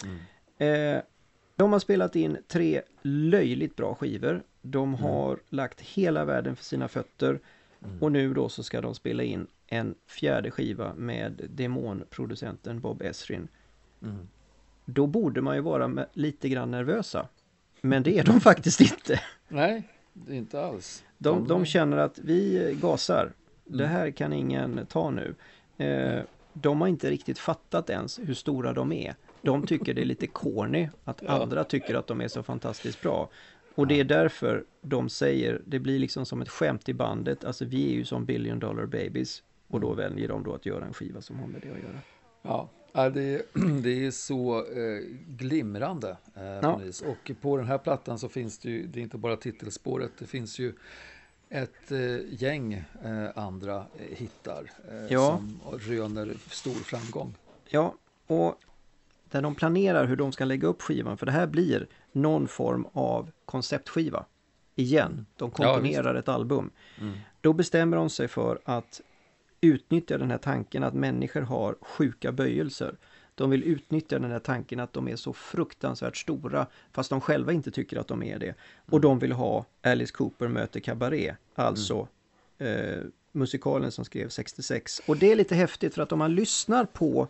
Eh, de har spelat in tre löjligt bra skivor. De har lagt hela världen för sina fötter. Och nu då så ska de spela in en fjärde skiva med demonproducenten Bob Ezrin. Mm. Då borde man ju vara med, lite grann nervösa. Men det är de faktiskt inte. Nej, det är inte alls. De, de känner att vi gasar. Det här kan ingen ta nu. Eh, de har inte riktigt fattat ens hur stora de är. De tycker det är lite corny att Ja. andra tycker att de är så fantastiskt bra. Och det är därför de säger, det blir liksom som ett skämt i bandet. Alltså vi är ju som Billion Dollar Babies. Och då väljer de då att göra en skiva som har med det att göra. Ja, ja, det är, det är så eh, glimrande eh, Ja. på något vis. Och på den här plattan så finns det ju, det är inte bara titelspåret, det finns ju ett eh, gäng eh, andra eh, hittar eh, Ja. som röner stor framgång. Ja, och där de planerar hur de ska lägga upp skivan, för det här blir någon form av konceptskiva igen. De komponerar ett album. Mm. Då bestämmer de sig för att utnyttja den här tanken att människor har sjuka böjelser. De vill utnyttja den här tanken att de är så fruktansvärt stora fast de själva inte tycker att de är det. Och de vill ha Alice Cooper möter Cabaret, alltså eh, musikalen som skrev sextiosex. Och det är lite häftigt för att om man lyssnar på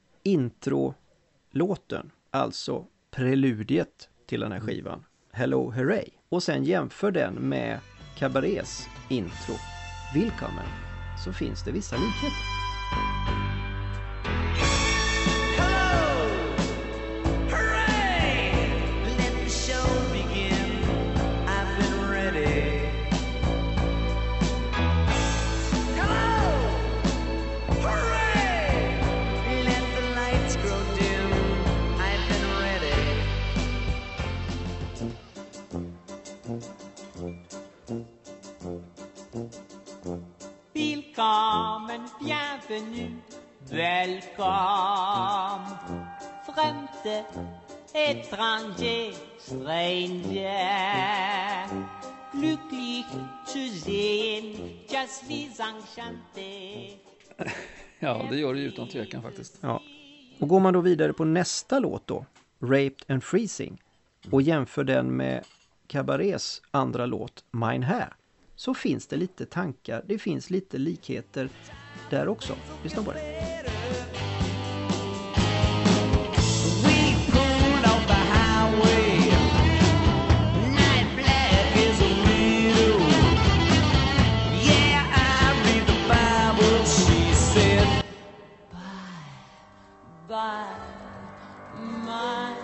introlåten, alltså preludiet till den här skivan, Hello Hooray, och sen jämför den med Cabarets intro, Willkommen, så finns det vissa likheter. Hooray! Let the show begin. bienvenue, welcome. Fremde, étranger, stranger. Glücklich zu sehen, just vis enchanté. Ja, det gör det ju utan tvekan faktiskt. Ja. Och går man då vidare på nästa låt då, Raped and Freezing, och jämför den med Cabarets andra låt, Mine Hair, så finns det lite tankar, det finns lite likheter där också. Lyssna på det. By my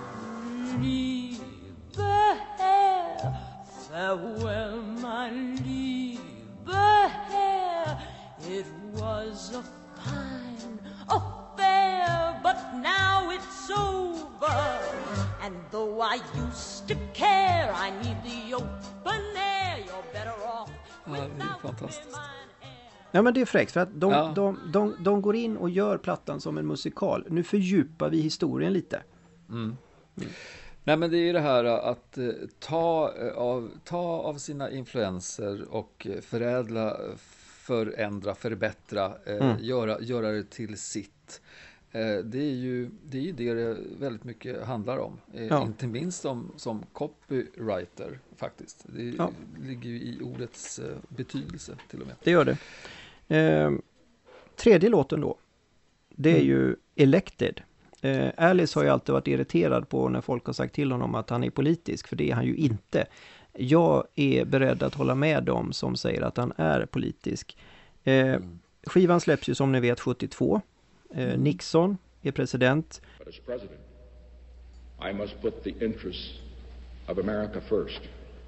liebe Herr, farewell my liebe Herr. It was a fine affair, but now it's over. And though I used to care, I need the open air. You're better off Ja, det är fantastiskt. Ja, men det är fräckt för att de, Ja. de, de, de går in och gör plattan som en musikal. Nu fördjupar vi historien lite. Mm. Mm. Nej, men det är ju det här att eh, ta, eh, av, ta av sina influenser och eh, förädla, förändra, förbättra, eh, Mm. göra, göra det till sitt. Eh, det är ju det är ju det det väldigt mycket handlar om. Eh, Ja. Inte minst som, som copywriter faktiskt. Det Ja. ligger ju i ordets eh, betydelse till och med. Det gör det. Eh, tredje låten då, det är ju Elected. Eh, Alice har ju alltid varit irriterad på när folk har sagt till honom att han är politisk, för det är han ju inte. Jag är beredd att hålla med dem som säger att han är politisk. Eh, skivan släpps ju som ni vet sjuttiotvå. Eh, Nixon är president. But as president, I must put the interests of America first.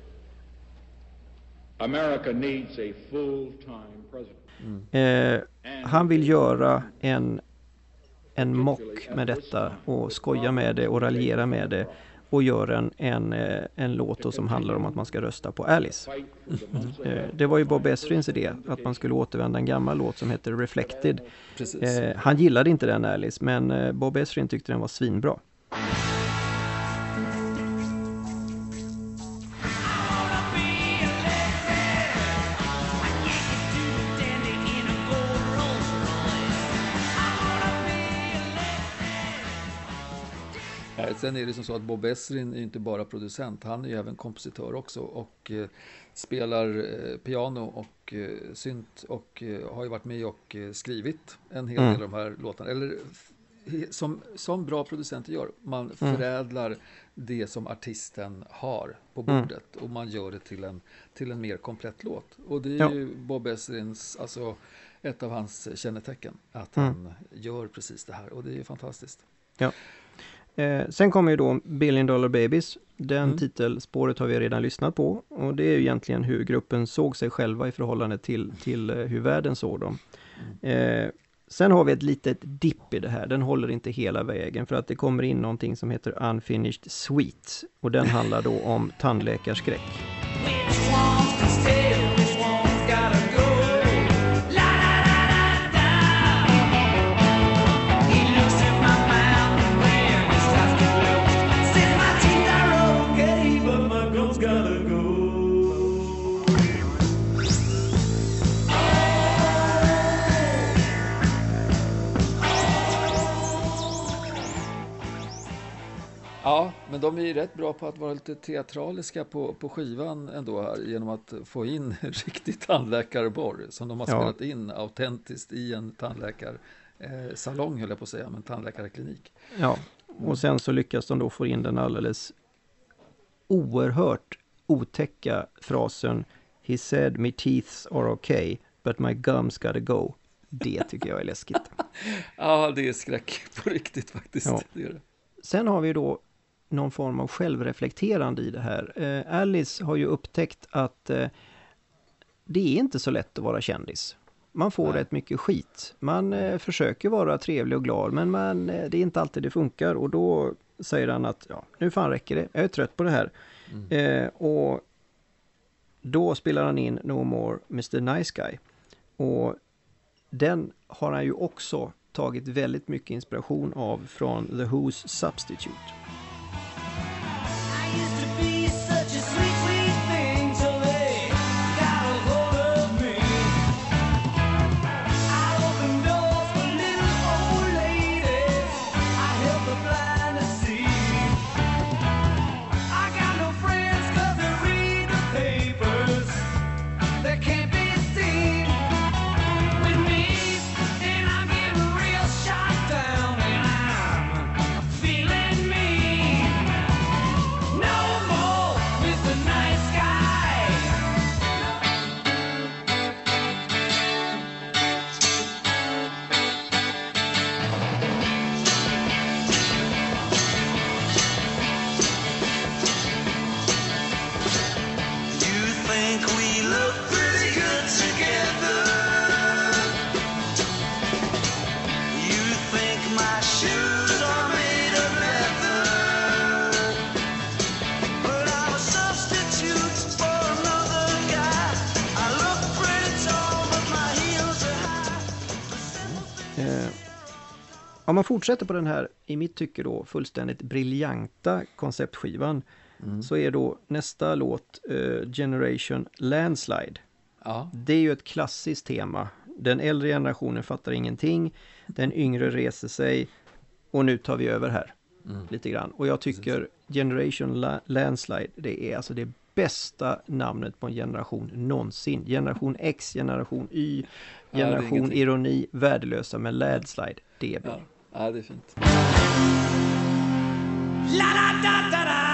America needs a full-time president. Eh, han vill göra en, en mock med detta och skoja med det och raljera med det och göra en, en, eh, en låt då som handlar om att man ska rösta på Alice. Eh, det var ju Bob Ezrins idé att man skulle återvända en gammal låt som heter Reflected. Precis. Eh, han gillade inte den Alice, men eh, Bob Ezrin tyckte den var svinbra. Nej, sen är det som så att Bob Ezrin är inte bara producent, han är ju även kompositör också och eh, spelar eh, piano och eh, synt och eh, har ju varit med och eh, skrivit en hel Mm. del av de här låtarna. Eller f- som, som bra producenter gör, man förädlar det som artisten har på Mm. bordet och man gör det till en, till en mer komplett låt. Och det är Ja. ju Bob Ezrins, alltså ett av hans kännetecken, att Mm. han gör precis det här och det är ju fantastiskt. Ja. Eh, sen kommer ju då Billion Dollar Babies. Den Mm. titelspåret har vi redan lyssnat på. Och det är ju egentligen hur gruppen såg sig själva i förhållande till, till eh, hur världen såg dem. Eh, sen har vi ett litet dipp i det här. Den håller inte hela vägen för att det kommer in någonting som heter Unfinished Sweet. Och den handlar då om tandläkarskräck. Which one's to stay, which one's gotta go? La la la la da. He looks at my mouth when it starts to glow. Says my teeth are okay, but my gums gotta go. Ja, men de är ju rätt bra på att vara lite teatraliska på, på skivan ändå här, genom att få in riktigt tandläkarborr som de har Ja. spelat in autentiskt i en tandläkarsalong, höll jag på att säga, men tandläkarklinik. Ja, och sen så lyckas de då få in den alldeles oerhört otäcka frasen He said my teeth are okay, but my gums gotta go. Det tycker jag är läskigt. Ja, det är skräck på riktigt faktiskt. Ja. Det är det. Sen har vi då någon form av självreflekterande i det här. Eh, Alice har ju upptäckt att eh, det är inte så lätt att vara kändis. Man får Nej. rätt mycket skit. Man eh, försöker vara trevlig och glad, men man, eh, det är inte alltid det funkar. Och då säger han att ja, nu fan räcker det. Jag är trött på det här. Mm. Eh, och då spelar han in No More mister Nice Guy. Och den har han ju också tagit väldigt mycket inspiration av från The Who's Substitute. I used to be such a sweet, sweet thing till they got a hold of me. I opened doors for little old ladies. I helped the blind to see. I got no friends 'cause they read the papers. They can't be seen with me, and I'm getting real shot down, and I'm feeling mean. No more Mister Nice Guy. You think we look pretty good together. You think my shoes are made of leather. But I'm a substitute for another guy. I look pretty tall, but my heels are high. Eh, om man fortsätter på den här, i mitt tycke då, fullständigt briljanta konceptskivan, så är då nästa låt eh, Generation Landslide. Ja. Det är ju ett klassiskt tema. Den äldre generationen fattar ingenting, den yngre reser sig och nu tar vi över här lite grann. Och jag tycker Generation La- Landslide, det är alltså det bästa namnet på en generation någonsin. Generation X, Generation Y, Ja, det är Generation ingenting. Ironi, värdelösa, men Landslide, det är vi. Ja. Ja, det är fint. La la da da da.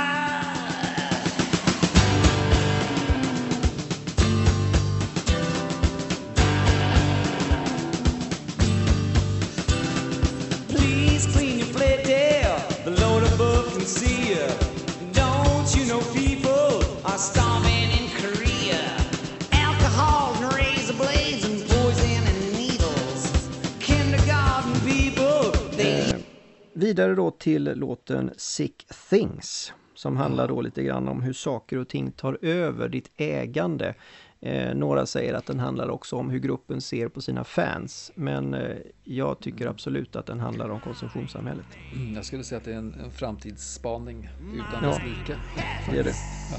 Please clean your plate there below the book and see ya. Don't you know people are starving in Korea? Alcohol and razor blades and poison and needles. Kindergarten people, they Eh, vidare då till låten Sick Things, som handlar då lite grann om hur saker och ting tar över ditt ägande. Eh, några säger att den handlar också om hur gruppen ser på sina fans, men eh, jag tycker absolut att den handlar om konsumtionssamhället. Mm, jag skulle säga att det är en, en framtidsspaning utan Ja. dess like. Det är det. Ja.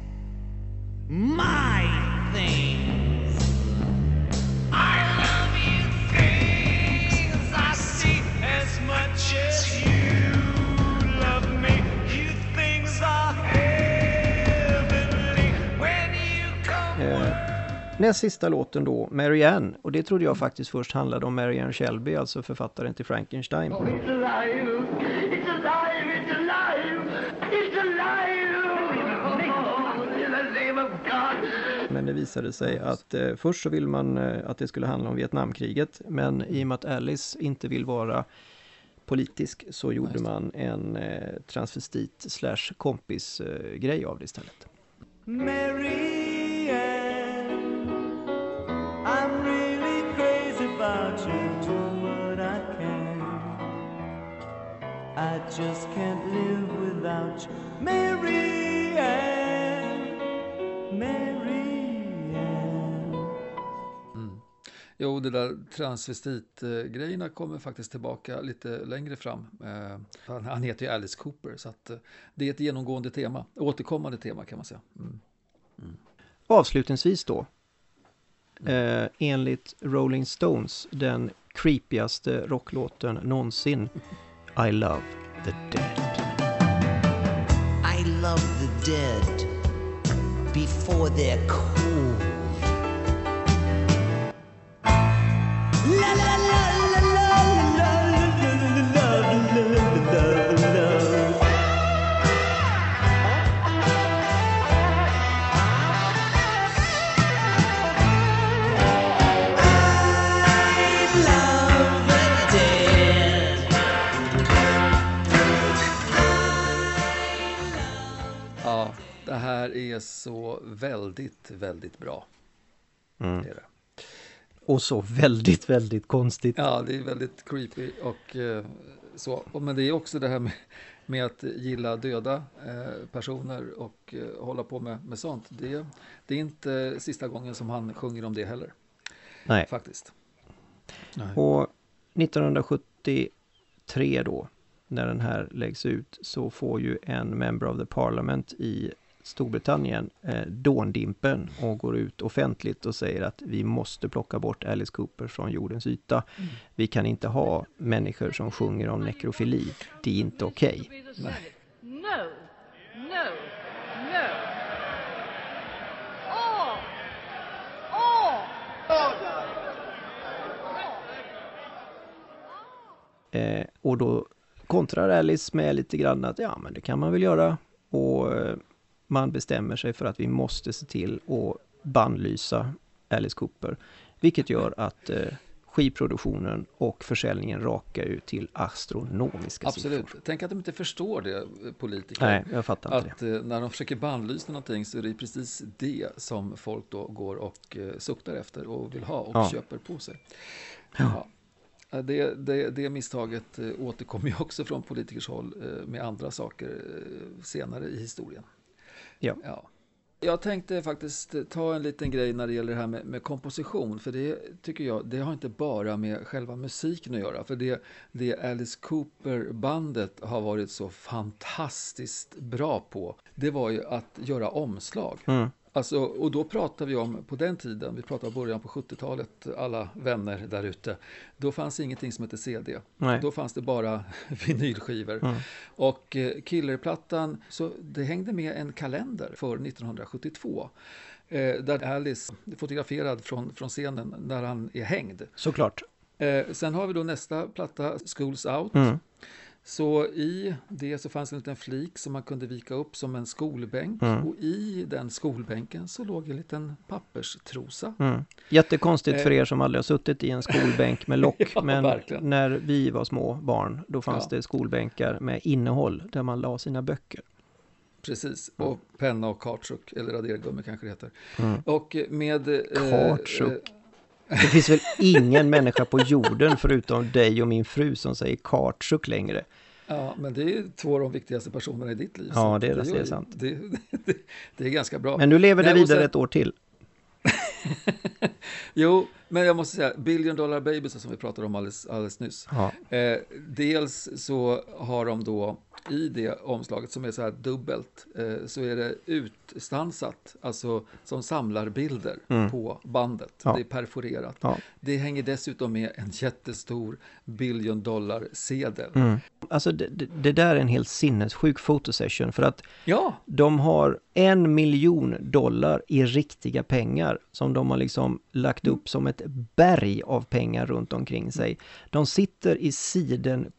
my things. I love you things I see as much as you love me. You things are heavenly when you come. Eh, näst sista låten då, Marianne, och det trodde jag faktiskt först handlade om Marianne Shelby, alltså författaren till Frankenstein. It's alive! It's alive! It's alive! It's alive! In the name of God! Men det visade sig att eh, först så vill man eh, att det skulle handla om Vietnamkriget, men i och med att Alice inte vill vara politisk så gjorde man en eh, transvestit slash kompis eh, grej av det istället. Marianne, I'm really crazy about you. Do what I can. I just can't live without you. Marianne, Marianne. Jo, det där transvestit-grejerna kommer faktiskt tillbaka lite längre fram. Eh, han, han heter ju Alice Cooper, så att, eh, det är ett genomgående tema, återkommande tema kan man säga. Mm. Avslutningsvis då, eh, enligt Rolling Stones, den creepigaste rocklåten någonsin, I Love the Dead. I love the dead before they're cool. La la la la la la la la la la la. I love the dead. Ja, det här är så väldigt, väldigt bra. Mm. Det är det. Och så väldigt, väldigt konstigt. Ja, det är väldigt creepy och eh, så. Och, men det är också det här med, med att gilla döda eh, personer och eh, hålla på med, med sånt. Det, det är inte sista gången som han sjunger om det heller. Nej. Faktiskt. Nej. Och nittonhundrasjuttiotre då, när den här läggs ut, så får ju en member of the parliament i Storbritannien eh, dåndimpen och går ut offentligt och säger att vi måste plocka bort Alice Cooper från jordens yta. Mm. Vi kan inte ha människor som sjunger om nekrofili. Det är inte okej. Okay. No, no, no. Oh, oh. Eh, och då kontrar Alice med lite grann att ja, men det kan man väl göra. Och eh, man bestämmer sig för att vi måste se till att bannlysa Alice Cooper. Vilket gör att eh, skivproduktionen och försäljningen rakar ut till astronomiska Absolut. siffror. Tänk att de inte förstår det, politiker. Nej, jag fattar inte att, det. Att när de försöker bannlysa någonting så är det precis det som folk då går och eh, suktar efter och vill ha och ja. köper på sig. Ja. Ja. Det, det, det misstaget eh, återkommer ju också från politikers håll eh, med andra saker eh, senare i historien. Ja. Ja. Jag tänkte faktiskt ta en liten grej när det gäller det här med, med komposition. För det tycker jag, det har inte bara med själva musiken att göra. För det, det Alice Cooper-bandet har varit så fantastiskt bra på, det var ju att göra omslag. Mm. Alltså, och då pratar vi om, på den tiden, vi pratar om början på sjuttiotalet, alla vänner där ute. Då fanns ingenting som hette C D. Nej. Då fanns det bara vinylskivor. Mm. Och eh, Killerplattan, så det hängde med en kalender för nittonhundrasjuttiotvå. Eh, där Alice är fotograferad från, från scenen när han är hängd. Såklart. Eh, sen har vi då nästa platta, School's Out. Mm. Så i det så fanns en liten flik som man kunde vika upp som en skolbänk. Mm. Och i den skolbänken så låg en liten papperstrosa. Mm. Jättekonstigt för er som aldrig har suttit i en skolbänk med lock. Ja, men verkligen. När vi var små barn, då fanns ja. det skolbänkar med innehåll där man la sina böcker. Precis, och mm. penna och kartsuk, eller radergummi kanske det heter. Mm. Och med... Kartsuk. Eh, Det finns väl ingen människa på jorden förutom dig och min fru som säger kartsuk längre. Ja, men det är två av de viktigaste personerna i ditt liv. Ja, det är, det, det är sant. Det, det, det är ganska bra. Men du lever det Nej, vidare sen, ett år till. Jo, men jag måste säga, Billion Dollar Babies som vi pratade om alldeles, alldeles nyss. Ja. Eh, dels så har de då i det omslaget som är så här dubbelt, eh, så är det utstansat, alltså som samlar bilder mm. på bandet. Ja. Det är perforerat. Ja. Det hänger dessutom med en jättestor billion dollar sedel. Mm. Alltså det, det, det där är en helt sinnessjuk fotosession för att ja. de har en miljon dollar i riktiga pengar som de har liksom lagt upp som ett berg av pengar runt omkring sig. De sitter i siden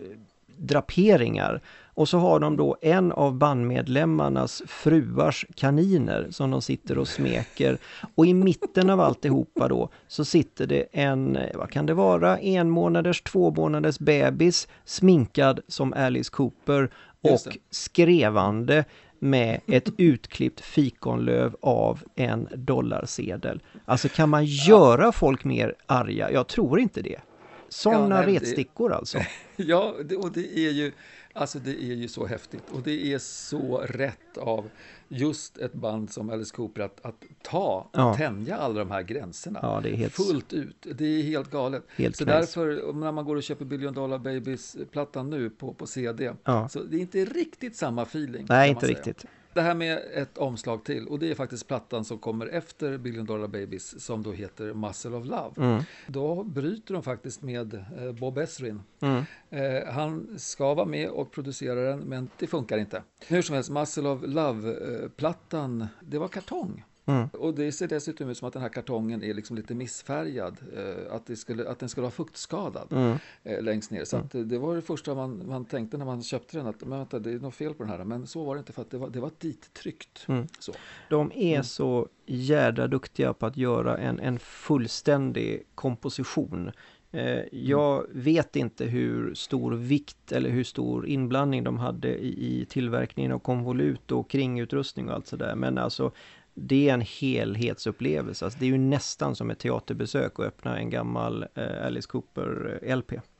draperingar och så har de då en av bandmedlemmarnas fruars kaniner som de sitter och smeker, och i mitten av alltihopa då så sitter det en, vad kan det vara, en månaders, två månaders bebis sminkad som Alice Cooper och skrevande med ett utklippt fikonlöv av en dollarsedel. Alltså kan man göra folk mer arga? Jag tror inte det. Sådana ja, retstickor det, alltså. Ja, det, och det är ju alltså det är ju så häftigt och det är så rätt av just ett band som Alice Cooper att, att ta och ja. tänja alla de här gränserna ja, det är helt, fullt ut. Det är helt galet. Helt så knäs. Därför när man går och köper Billion Dollar Babies-plattan nu på, på C D ja. så det är inte riktigt samma feeling. Nej, inte riktigt. Det här med ett omslag till, och det är faktiskt plattan som kommer efter Billion Dollar Babies som då heter Muscle of Love. Mm. Då bryter de faktiskt med eh, Bob Ezrin. Mm. Eh, han ska vara med och producera den, men det funkar inte. Hur som helst, Muscle of Love-plattan, eh, det var kartong. Mm. Och det ser dessutom ut som att den här kartongen är liksom lite missfärgad, eh, att, det skulle, att den skulle vara fuktskadad mm. eh, längst ner. Så mm. att, eh, det var det första man, man tänkte när man köpte den, att men, vänta, det är något fel på den här. Men så var det inte, för att det var, det var dittryckt. Mm. Så. De är mm. så jädra duktiga på att göra en, en fullständig komposition. Eh, jag mm. vet inte hur stor vikt eller hur stor inblandning de hade i, i tillverkningen av konvolut och kringutrustning och allt sådär. Men alltså det är en helhetsupplevelse. Alltså, det är ju nästan som ett teaterbesök att öppna en gammal eh, Alice Cooper eh, L P.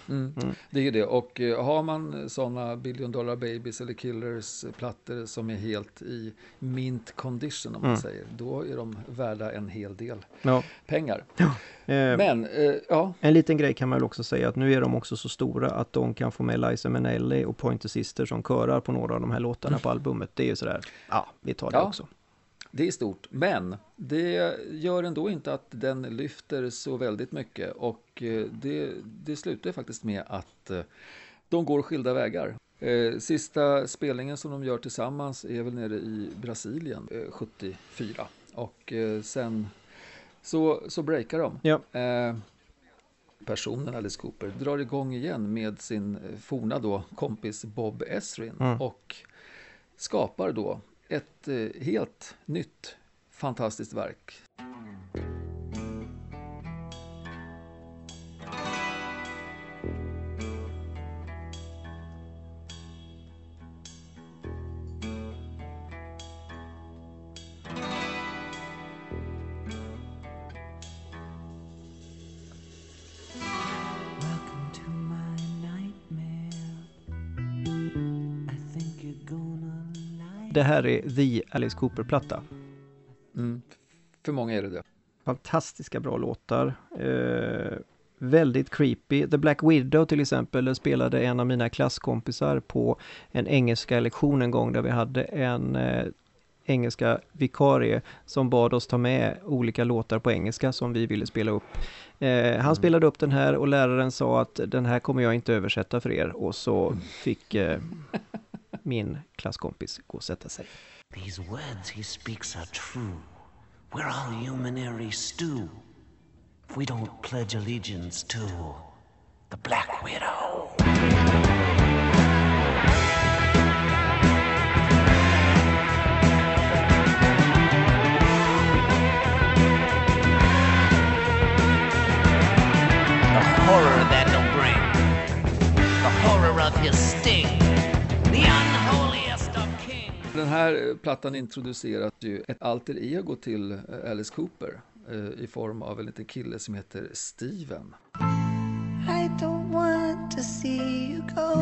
Mm. Mm. Det är ju det. Och uh, har man sådana Billion Dollar Babies eller Killers plattor som är helt i mint condition om man mm. säger, då är de värda en hel del ja. pengar. Ja. Eh, Men, uh, ja. En liten grej kan man väl också säga att nu är de också så stora att de kan få med Liza Minnelli och Pointer Sisters som körar på några av de här låtarna mm. på albumet. Det är ju sådär, ja, vi tar det ja. också. Det är stort, men det gör ändå inte att den lyfter så väldigt mycket och det, det slutar faktiskt med att de går skilda vägar. Sista spelningen som de gör tillsammans är väl nere i Brasilien sjuttiofyra och sen så, så breakar de. Ja. Personen Alice Cooper drar igång igen med sin forna då kompis Bob Ezrin mm. och skapar då ett eh, helt nytt fantastiskt verk. Det här är The Alice Cooper-platta. Mm. För många är det det. Fantastiska bra låtar. Eh, väldigt creepy. The Black Widow till exempel spelade en av mina klasskompisar på en engelska lektion en gång där vi hade en eh, engelska vikarie som bad oss ta med olika låtar på engelska som vi ville spela upp. Eh, han mm. spelade upp den här och läraren sa att den här kommer jag inte översätta för er och så fick eh, min klasskompis gå och sätta sig. These words he speaks are true. We're all human airy stew. If we don't pledge allegiance to the Black Widow. The horror that he'll bring. The horror of his sting. The unholiest of kings. Den här plattan introducerar ju ett alter ego till Alice Cooper eh, i form av en liten kille som heter Steven. I don't want to see you go.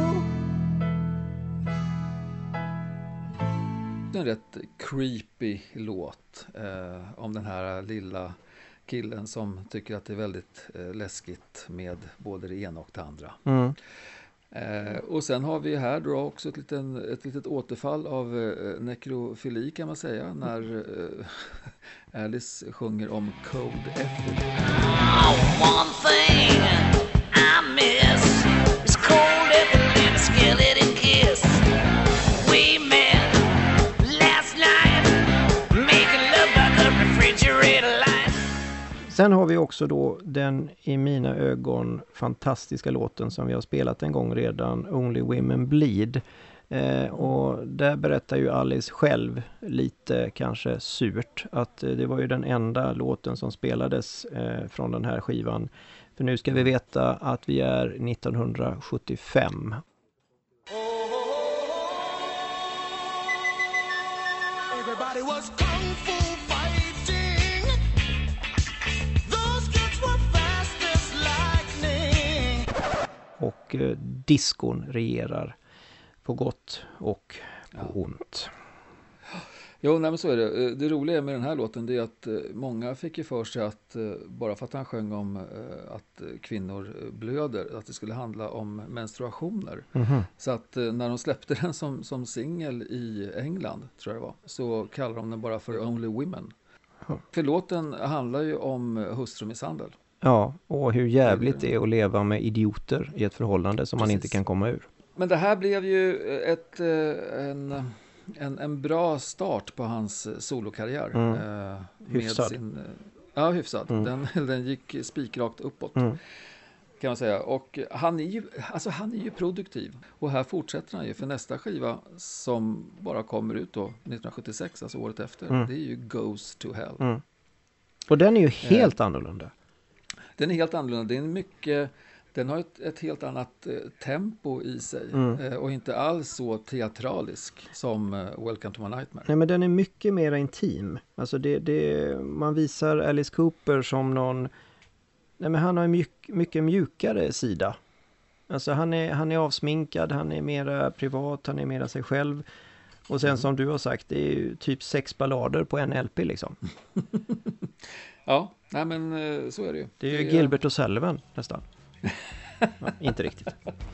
En rätt creepy låt eh, om den här lilla killen som tycker att det är väldigt eh, läskigt med både det ena och det andra. Mm. Eh, och sen har vi här då också ett, liten, ett litet återfall av eh, nekrofili kan man säga när eh, Alice sjunger om Code Effort. Oh, one thing I miss is cold effort and a skeleton kiss. We met last night making love by the refrigerator light. Sen har vi också då den i mina ögon fantastiska låten som vi har spelat en gång redan, Only Women Bleed. Eh, och där berättar ju Alice själv lite kanske surt att eh, det var ju den enda låten som spelades eh, från den här skivan. För nu ska vi veta att vi är nittonhundrasjuttiofem. Everybody was kung fu fighting. Those kids were fast as lightning. Och eh, diskon regerar på gott och på ja. ont. Jo, nej, men så är det. Det roliga med den här låten det är att många fick ju för sig att bara för att han sjöng om att kvinnor blöder, att det skulle handla om menstruationer. Mm-hmm. Så att när de släppte den som, som singel i England, tror jag det var, så kallar de den bara för Only Women. Mm. För låten handlar ju om hustrumisshandel. Ja, och hur jävligt det är att leva med idioter i ett förhållande som Precis. Man inte kan komma ur. Men det här blev ju ett, en, en, en bra start på hans solokarriär. Mm. Med hyfsad. Sin, ja, hyfsad. Mm. Den, den gick spikrakt uppåt. Mm. Kan man säga. Och han är, ju, alltså han är ju produktiv. Och här fortsätter han ju. För nästa skiva som bara kommer ut då nittonhundrasjuttiosex, alltså året efter. Mm. Det är ju Goes to Hell. Mm. Och den är ju helt eh, annorlunda. Den är helt annorlunda. Det är en mycket... Den har ett, ett helt annat eh, tempo i sig mm. eh, och inte alls så teatralisk som eh, Welcome to My Nightmare. Nej, men den är mycket mer intim. Alltså det, det, man visar Alice Cooper som någon... Nej, men han har en mjuk, mycket mjukare sida. Alltså han är, han är avsminkad, han är mera privat, han är mera sig själv. Och sen mm. som du har sagt, det är ju typ sex ballader på en L P liksom. Ja, nej men så är det ju. Det är ju det är... Gilbert och Sullivan nästan. Ja, inte riktigt.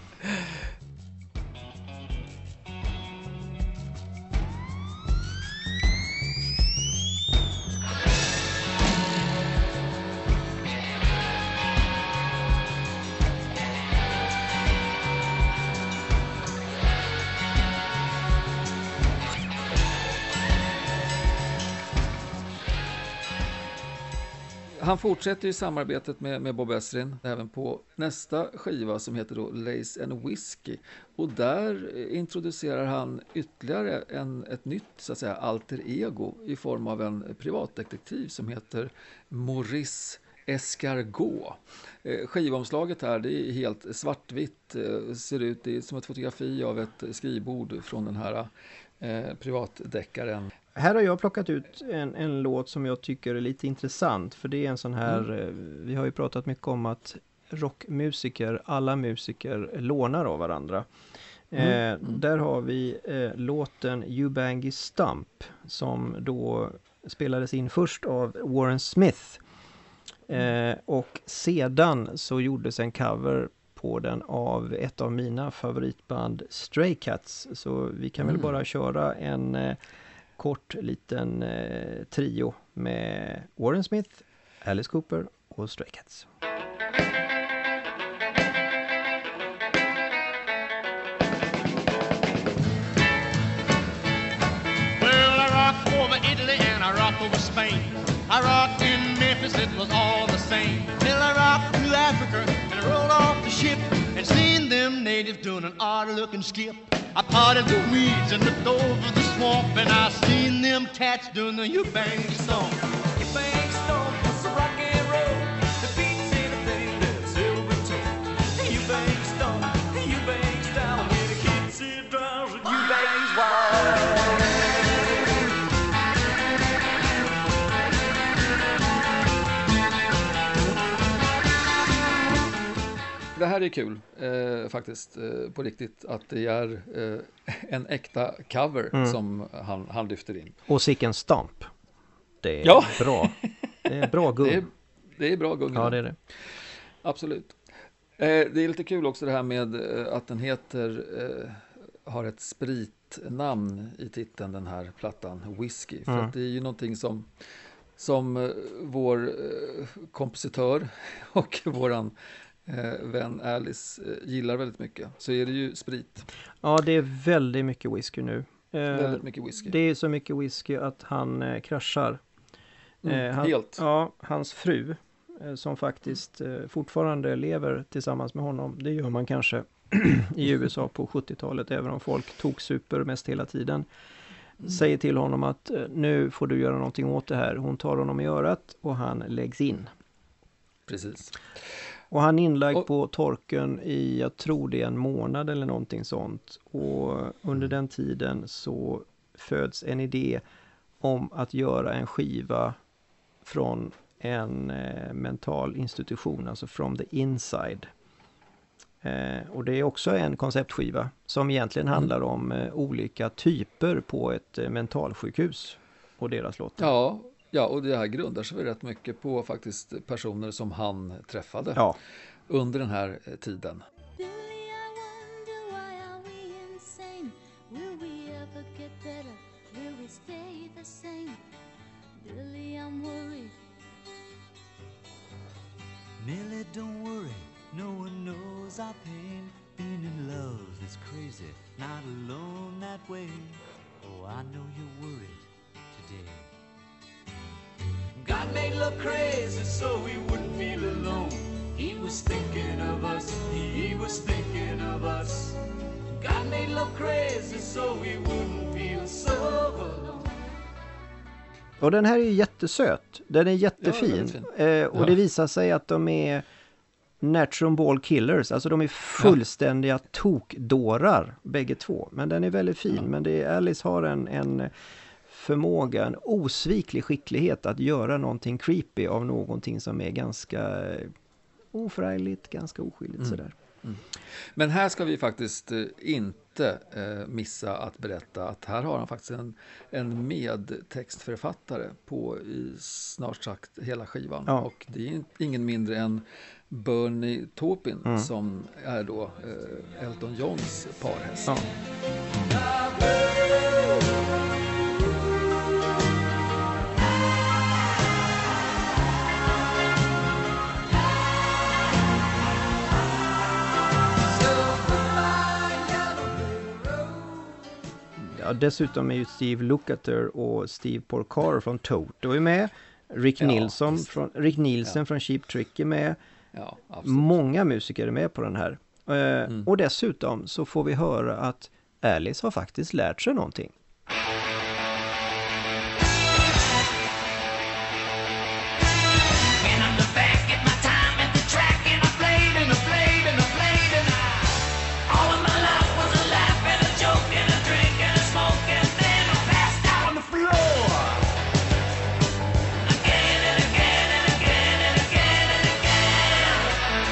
Han fortsätter ju samarbetet med, med Bob Ezrin även på nästa skiva som heter då Lace and Whiskey. Och där introducerar han ytterligare en, ett nytt så att säga, alter ego i form av en privatdetektiv som heter Maurice Escargot. Eh, skivomslaget här, det är helt svartvitt, eh, ser ut det som ett fotografi av ett skrivbord från den här eh, privatdeckaren. Här har jag plockat ut en, en låt som jag tycker är lite intressant, för det är en sån här, mm. vi har ju pratat mycket om att rockmusiker, alla musiker lånar av varandra. Mm. Eh, mm. Där har vi eh, låten You Bangy Stump som då spelades in först av Warren Smith. Eh, och sedan så gjordes en cover på den av ett av mina favoritband Stray Cats. Så vi kan mm. väl bara köra en eh, kort liten eh, trio med Warren Smith, Alice Cooper och Stray Cats. Well, I rocked over Italy and I rocked over Spain. I rocked in Memphis, it was all the same. Till I rocked to Africa and I rolled off the ship and seen them natives doing an odd-looking skip. I parted the weeds and looked over the swamp, and I seen them cats doing the you-bang stomp. You-bang stomp was a rock and roll. The beats anything that's ever been told. You-bang stomp, you-bang style, when the kids sit down, you-bangs wild. Det här är kul eh, faktiskt eh, på riktigt att det är eh, en äkta cover mm. som han, han lyfter in. Och sicken stamp. Det är ja. bra. Det är bra gung. Det är, det är bra gung. Ja, det är det. Absolut. Eh, det är lite kul också det här med eh, att den heter eh, har ett spritnamn i titeln, den här plattan, Whiskey. För mm. att det är ju någonting som som eh, vår eh, kompositör och våran Eh, vän Alice eh, gillar väldigt mycket, så är det ju sprit. Ja, det är väldigt mycket whisky nu. Eh, väldigt mycket whisky. Det är så mycket whisky att han eh, kraschar. Mm, eh, han, helt. Ja, hans fru eh, som faktiskt eh, fortfarande lever tillsammans med honom. Det gör man kanske i U S A på sjuttiotalet, även om folk tog super mest hela tiden. Mm. Säger till honom att eh, nu får du göra någonting åt det här. Hon tar honom i örat och han läggs in. Precis. Och han är inlagd och, på torken i, jag tror det är en månad eller någonting sånt. Och under den tiden så föds en idé om att göra en skiva från en eh, mental institution, alltså from the inside. Eh, och det är också en konceptskiva som egentligen mm. handlar om eh, olika typer på ett eh, mentalsjukhus och deras låtar. Ja. Ja, och det här grundar sig rätt mycket på faktiskt personer som han träffade ja. under den här tiden. Millie, don't worry, no one knows our pain. Being in love is crazy, not alone that way. Oh, I know you're worried today. God made love crazy so we wouldn't feel alone. He was thinking of us, he was thinking of us. God made love crazy so we wouldn't feel so alone. Och den här är ju jättesöt. Den är jättefin. Ja, är eh, och ja. det visar sig att de är natural ball killers. Alltså de är fullständiga ja. tokdårar, bägge två. Men den är väldigt fin. Ja. Men det är, Alice har en... en förmåga, en osviklig skicklighet att göra någonting creepy av någonting som är ganska oförargligt, ganska oskyldigt mm. sådär. Mm. Men här ska vi faktiskt eh, inte eh, missa att berätta att här har han faktiskt en, en medtextförfattare på i snart sagt hela skivan. Ja. Och det är ingen mindre än Bernie Taupin Mm. som är då eh, Elton Johns parhäst. Ja. Ja, dessutom är ju Steve Lukather och Steve Porcaro från Toto är med. Rick Ja, Nilsson visst. från, Rick Nielsen Ja. från Cheap Trick är med. Ja, absolut. Många musiker är med på den här. Eh, Mm. Och dessutom så får vi höra att Alice har faktiskt lärt sig någonting. And I'm the back at my time at the track, and I played and I played and I played and I. All of my life was a laugh and a joke and a drink and a smoke, and then I passed out on the floor. Again and again and again and again and again.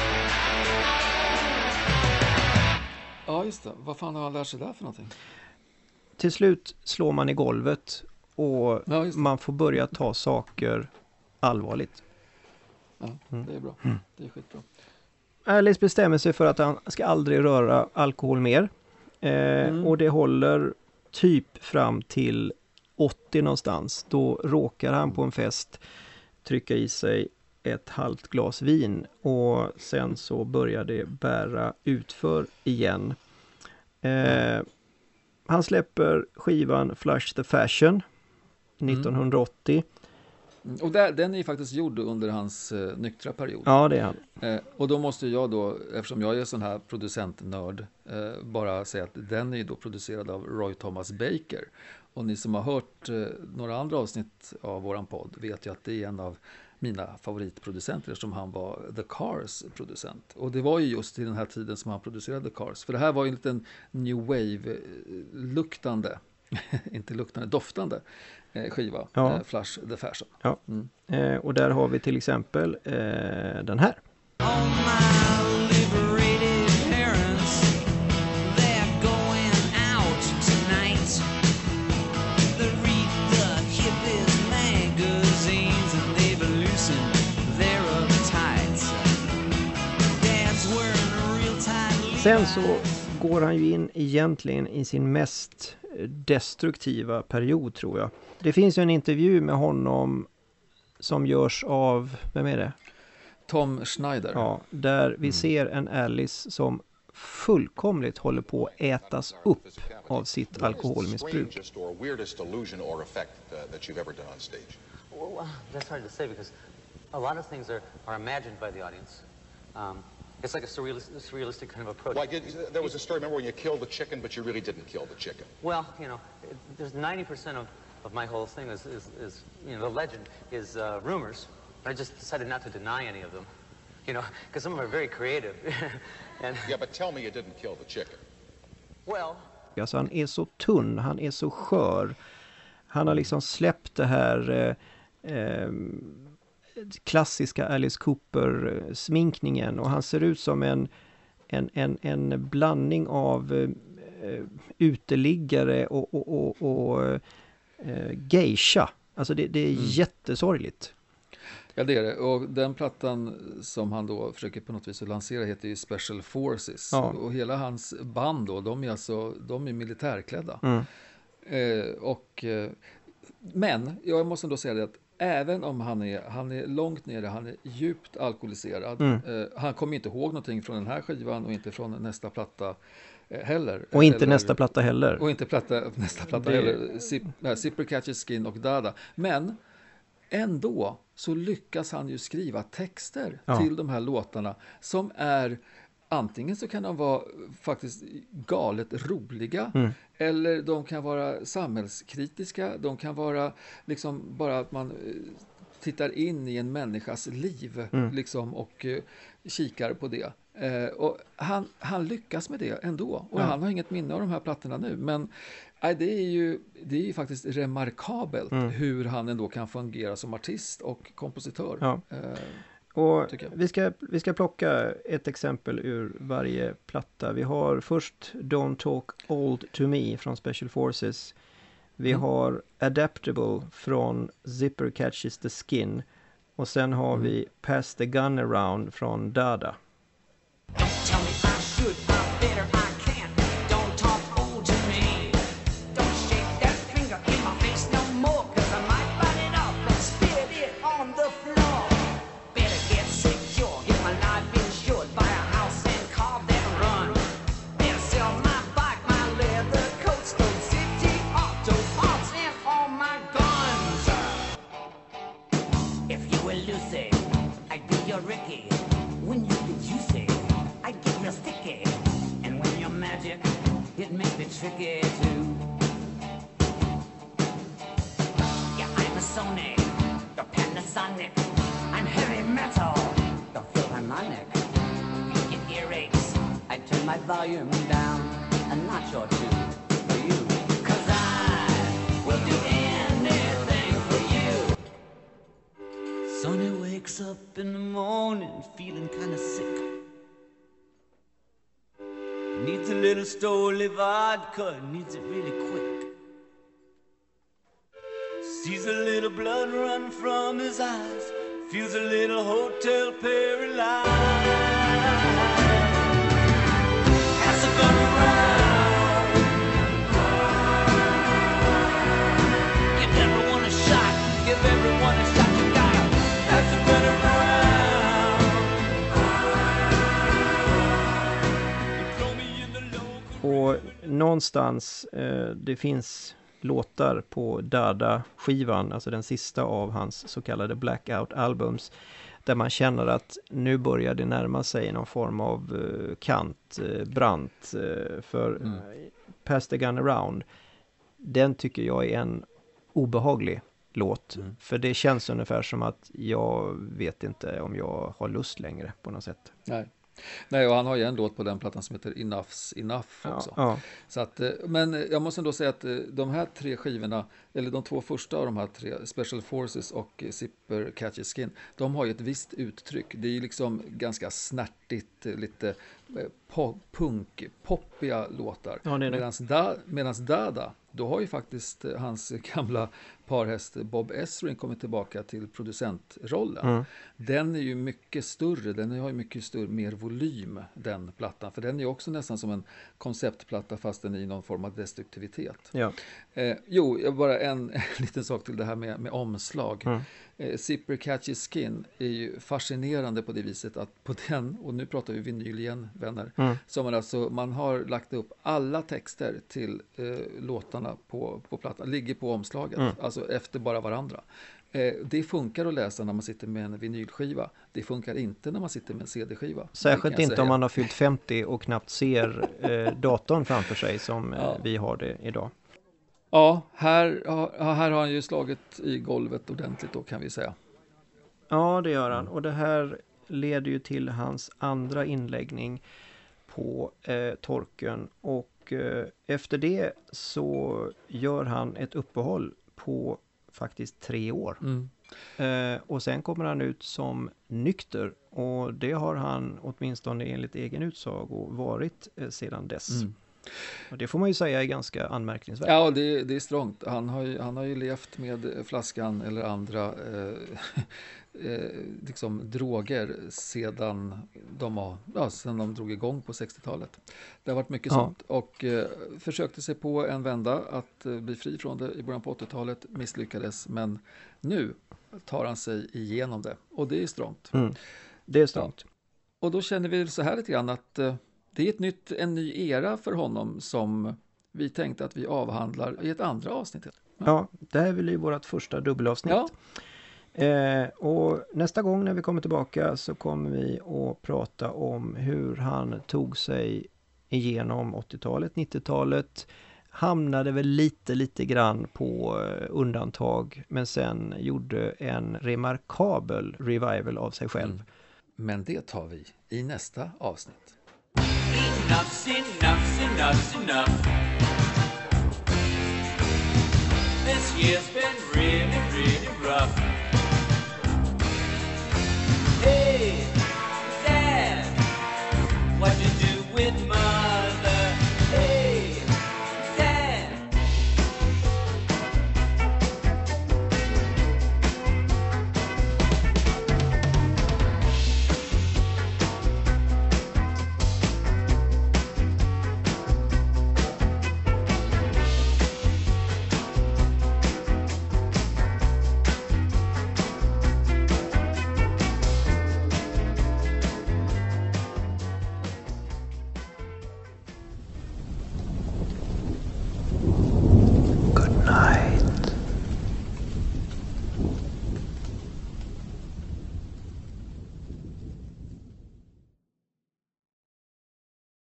Ja, just det. Vad fan har han lärt sig där för någonting? Till slut slår man i golvet och Ja, just det. man får börja ta saker allvarligt. Ja, Mm. det är bra. Det är skitbra. Alice bestämmer sig för att han ska aldrig röra alkohol mer. Eh, Mm. Och det håller typ fram till åttio någonstans. Då råkar han på en fest trycka i sig ett halvt glas vin. Och sen så börjar det bära utför igen. Eh, han släpper skivan Flush the Fashion nittonhundraåttio. Mm, Och där, den är ju faktiskt gjord under hans eh, nyktra period. Ja, det är han. Eh, och då måste jag då, eftersom jag är sån här producentnörd, eh, bara säga att den är ju då producerad av Roy Thomas Baker. Och ni som har hört eh, några andra avsnitt av våran podd vet ju att det är en av mina favoritproducenter eftersom han var The Cars producent. Och det var ju just i den här tiden som han producerade The Cars. För det här var ju en liten New Wave-luktande, inte luktande, doftande eh, skiva, Ja. eh, Flush the Fashion. Ja. Mm. Eh, och där har vi till exempel eh, den här. Liberated parents, they're going out tonight. They read the hippies magazines and they've loosened their uptights. Dad's wearing a real tight. Sen så går han ju in egentligen i sin mest destruktiva period, tror jag. Det finns ju en intervju med honom som görs av, vem är det? Tom Schneider. Ja, där vi ser en Alice som fullkomligt håller på att ätas upp av sitt alkoholmissbruk. Strangest or weirdest illusion or effect uh, that you've ever done on stage? Well, that's hard to say because a lot of things are, are imagined by the audience. Um, it's like a surrealist, a surrealistic kind of approach. Well, I did, there was a story, remember when you killed the chicken, but you really didn't kill the chicken? Well, you know, it, there's ninety percent of, of my whole thing is, is, is, you know, the legend is uh, rumors. I just decided not to deny any of them, you know, because some of them are very creative. And, Yeah, but tell me you didn't kill the chicken. well, Alltså han är så tunn, han är så skör. Han har liksom släppt det här eh, eh, klassiska Alice Cooper-sminkningen och han ser ut som en, en, en, en blandning av eh, uteliggare och, och, och, och eh, geisha. Alltså det, det är Mm. jättesorgligt. Ja, det är det. Och den plattan som han då försöker på något vis att lansera heter ju Special Forces. Ja. Och hela hans band då, de är alltså, de är militärklädda. Mm. Eh, och, eh, men jag måste ändå säga det att även om han är, han är långt nere, han är djupt alkoholiserad. Mm. Eh, han kommer inte ihåg någonting från den här skivan och inte från nästa platta eh, heller. Och inte Eller- nästa platta heller. Och inte platta, nästa platta Det- heller. Zip, nej, Zipper Catches Skin och Dada. Men ändå så lyckas han ju skriva texter Ja. till de här låtarna som är antingen så kan de vara faktiskt galet roliga Mm. eller de kan vara samhällskritiska, de kan vara liksom bara att man eh, tittar in i en människas liv Mm. liksom, och eh, kikar på det. Eh, och han, han lyckas med det ändå. Och Ja. han har inget minne av de här plattorna nu. Men nej, det, är ju, det är ju faktiskt remarkabelt Mm. hur han ändå kan fungera som artist och kompositör. Ja. Eh, Och tycker jag. vi ska, vi ska plocka ett exempel ur varje platta. Vi har först Don't Talk Old To Me från Special Forces. Vi Mm. har Adaptable från Zipper Catches The Skin. Och sen har Mm. vi Pass the Gun Around från Dada. Tell me I should, I'm better, I can't. Don't talk old to me. Don't shake that finger in my face no more, 'cause I might bite it off and spit it on the floor. Better get secure, get my life insured, buy a house and car, then run. Better sell my bike, my leather coats, those city auto parts, and all my guns. If you were Lucy, I'd be your Ricky. When you get juicy, I get real sticky. And when you're magic, it makes me tricky too. Yeah, I'm a Sony, you're Panasonic. I'm heavy metal, you're Philharmonic. You get earaches, I turn my volume down a notch or two for you. 'Cause I will do anything for you. Sonny wakes up in the morning feeling kinda sick. Needs a little Stoli vodka, needs it really quick. Sees a little blood run from his eyes, feels a little hotel paralyzed. Has a gun around. Give everyone a shot, give everyone a shot. You gotta pass a gun around. Och någonstans, eh, det finns låtar på Dada-skivan, alltså den sista av hans så kallade Blackout-albums, där man känner att nu börjar det närma sig någon form av eh, kant, eh, brant, eh, för Mm. eh, Pass the Gun Around, den tycker jag är en obehaglig låt, Mm. för det känns ungefär som att jag vet inte om jag har lust längre på något sätt. Nej. Nej, och han har ju en låt på den plattan som heter Enough's Enough också. Ja. Så att, eh, men jag måste ändå säga att eh, de här tre skivorna, eller de två första av de här tre, Special Forces och eh, Zipper Catches Skin, de har ju ett visst uttryck. Det är ju liksom ganska snärtigt, eh, lite eh, po- punk, poppiga låtar. Ja, det är det. Medans, da, medans Dada, då har ju faktiskt eh, hans gamla parhäst Bob Ezrin kommit tillbaka till producentrollen. Mm. Den är ju mycket större, den har ju mycket större, mer volym, den plattan. För den är ju också nästan som en konceptplatta fast den är i någon form av destruktivitet. Ja. Eh, jo, jag bara en, en liten sak till det här med, med omslag. Mm. Eh, Zipper Catches Skin är ju fascinerande på det viset att på den, och nu pratar vi vinyl igen, vänner, Mm. så man, alltså, man har lagt upp alla texter till eh, låtarna på, på plattan, ligger på omslaget, Mm. alltså efter bara varandra. Eh, det funkar att läsa när man sitter med en vinylskiva. Det funkar inte när man sitter med en C D-skiva. Särskilt Det kan jag inte säga. om man har fyllt femtio och knappt ser eh, datorn framför sig som eh, Ja. vi har det idag. Ja, här, ha- här har han ju slagit i golvet ordentligt då, kan vi säga. Ja, det gör han. Och det här leder ju till hans andra inläggning på eh, Torken. Och eh, efter det så gör han ett uppehåll på faktiskt tre år. Mm. Eh, och sen kommer han ut som nykter. Och det har han åtminstone enligt egen utsago varit eh, sedan dess. Mm. Och det får man ju säga är ganska anmärkningsvärt. Ja, det, det är strångt. Han har, ju, han har ju levt med flaskan eller andra eh, eh, liksom droger sedan de, har, ja, sedan de drog igång på sextiotalet. Det har varit mycket Ja. sånt. Och eh, försökte sig på en vända att eh, bli fri från det i början på åttiotalet. Misslyckades, men nu tar han sig igenom det. Och det är strångt. Mm. Det är strångt. Ja. Och då känner vi så här lite grann att eh, det är ett nytt, en ny era för honom som vi tänkte att vi avhandlar i ett andra avsnitt. Ja, det här blir ju vårt första dubbelavsnitt. Ja. Eh, och nästa gång när vi kommer tillbaka så kommer vi att prata om hur han tog sig igenom åttiotalet, nittiotalet. Hamnade väl lite, lite grann på eh, undantag, men sen gjorde en remarkabel revival av sig själv. Mm. Men det tar vi i nästa avsnitt. Enough's enough, enough's enough. This year's been really, really rough.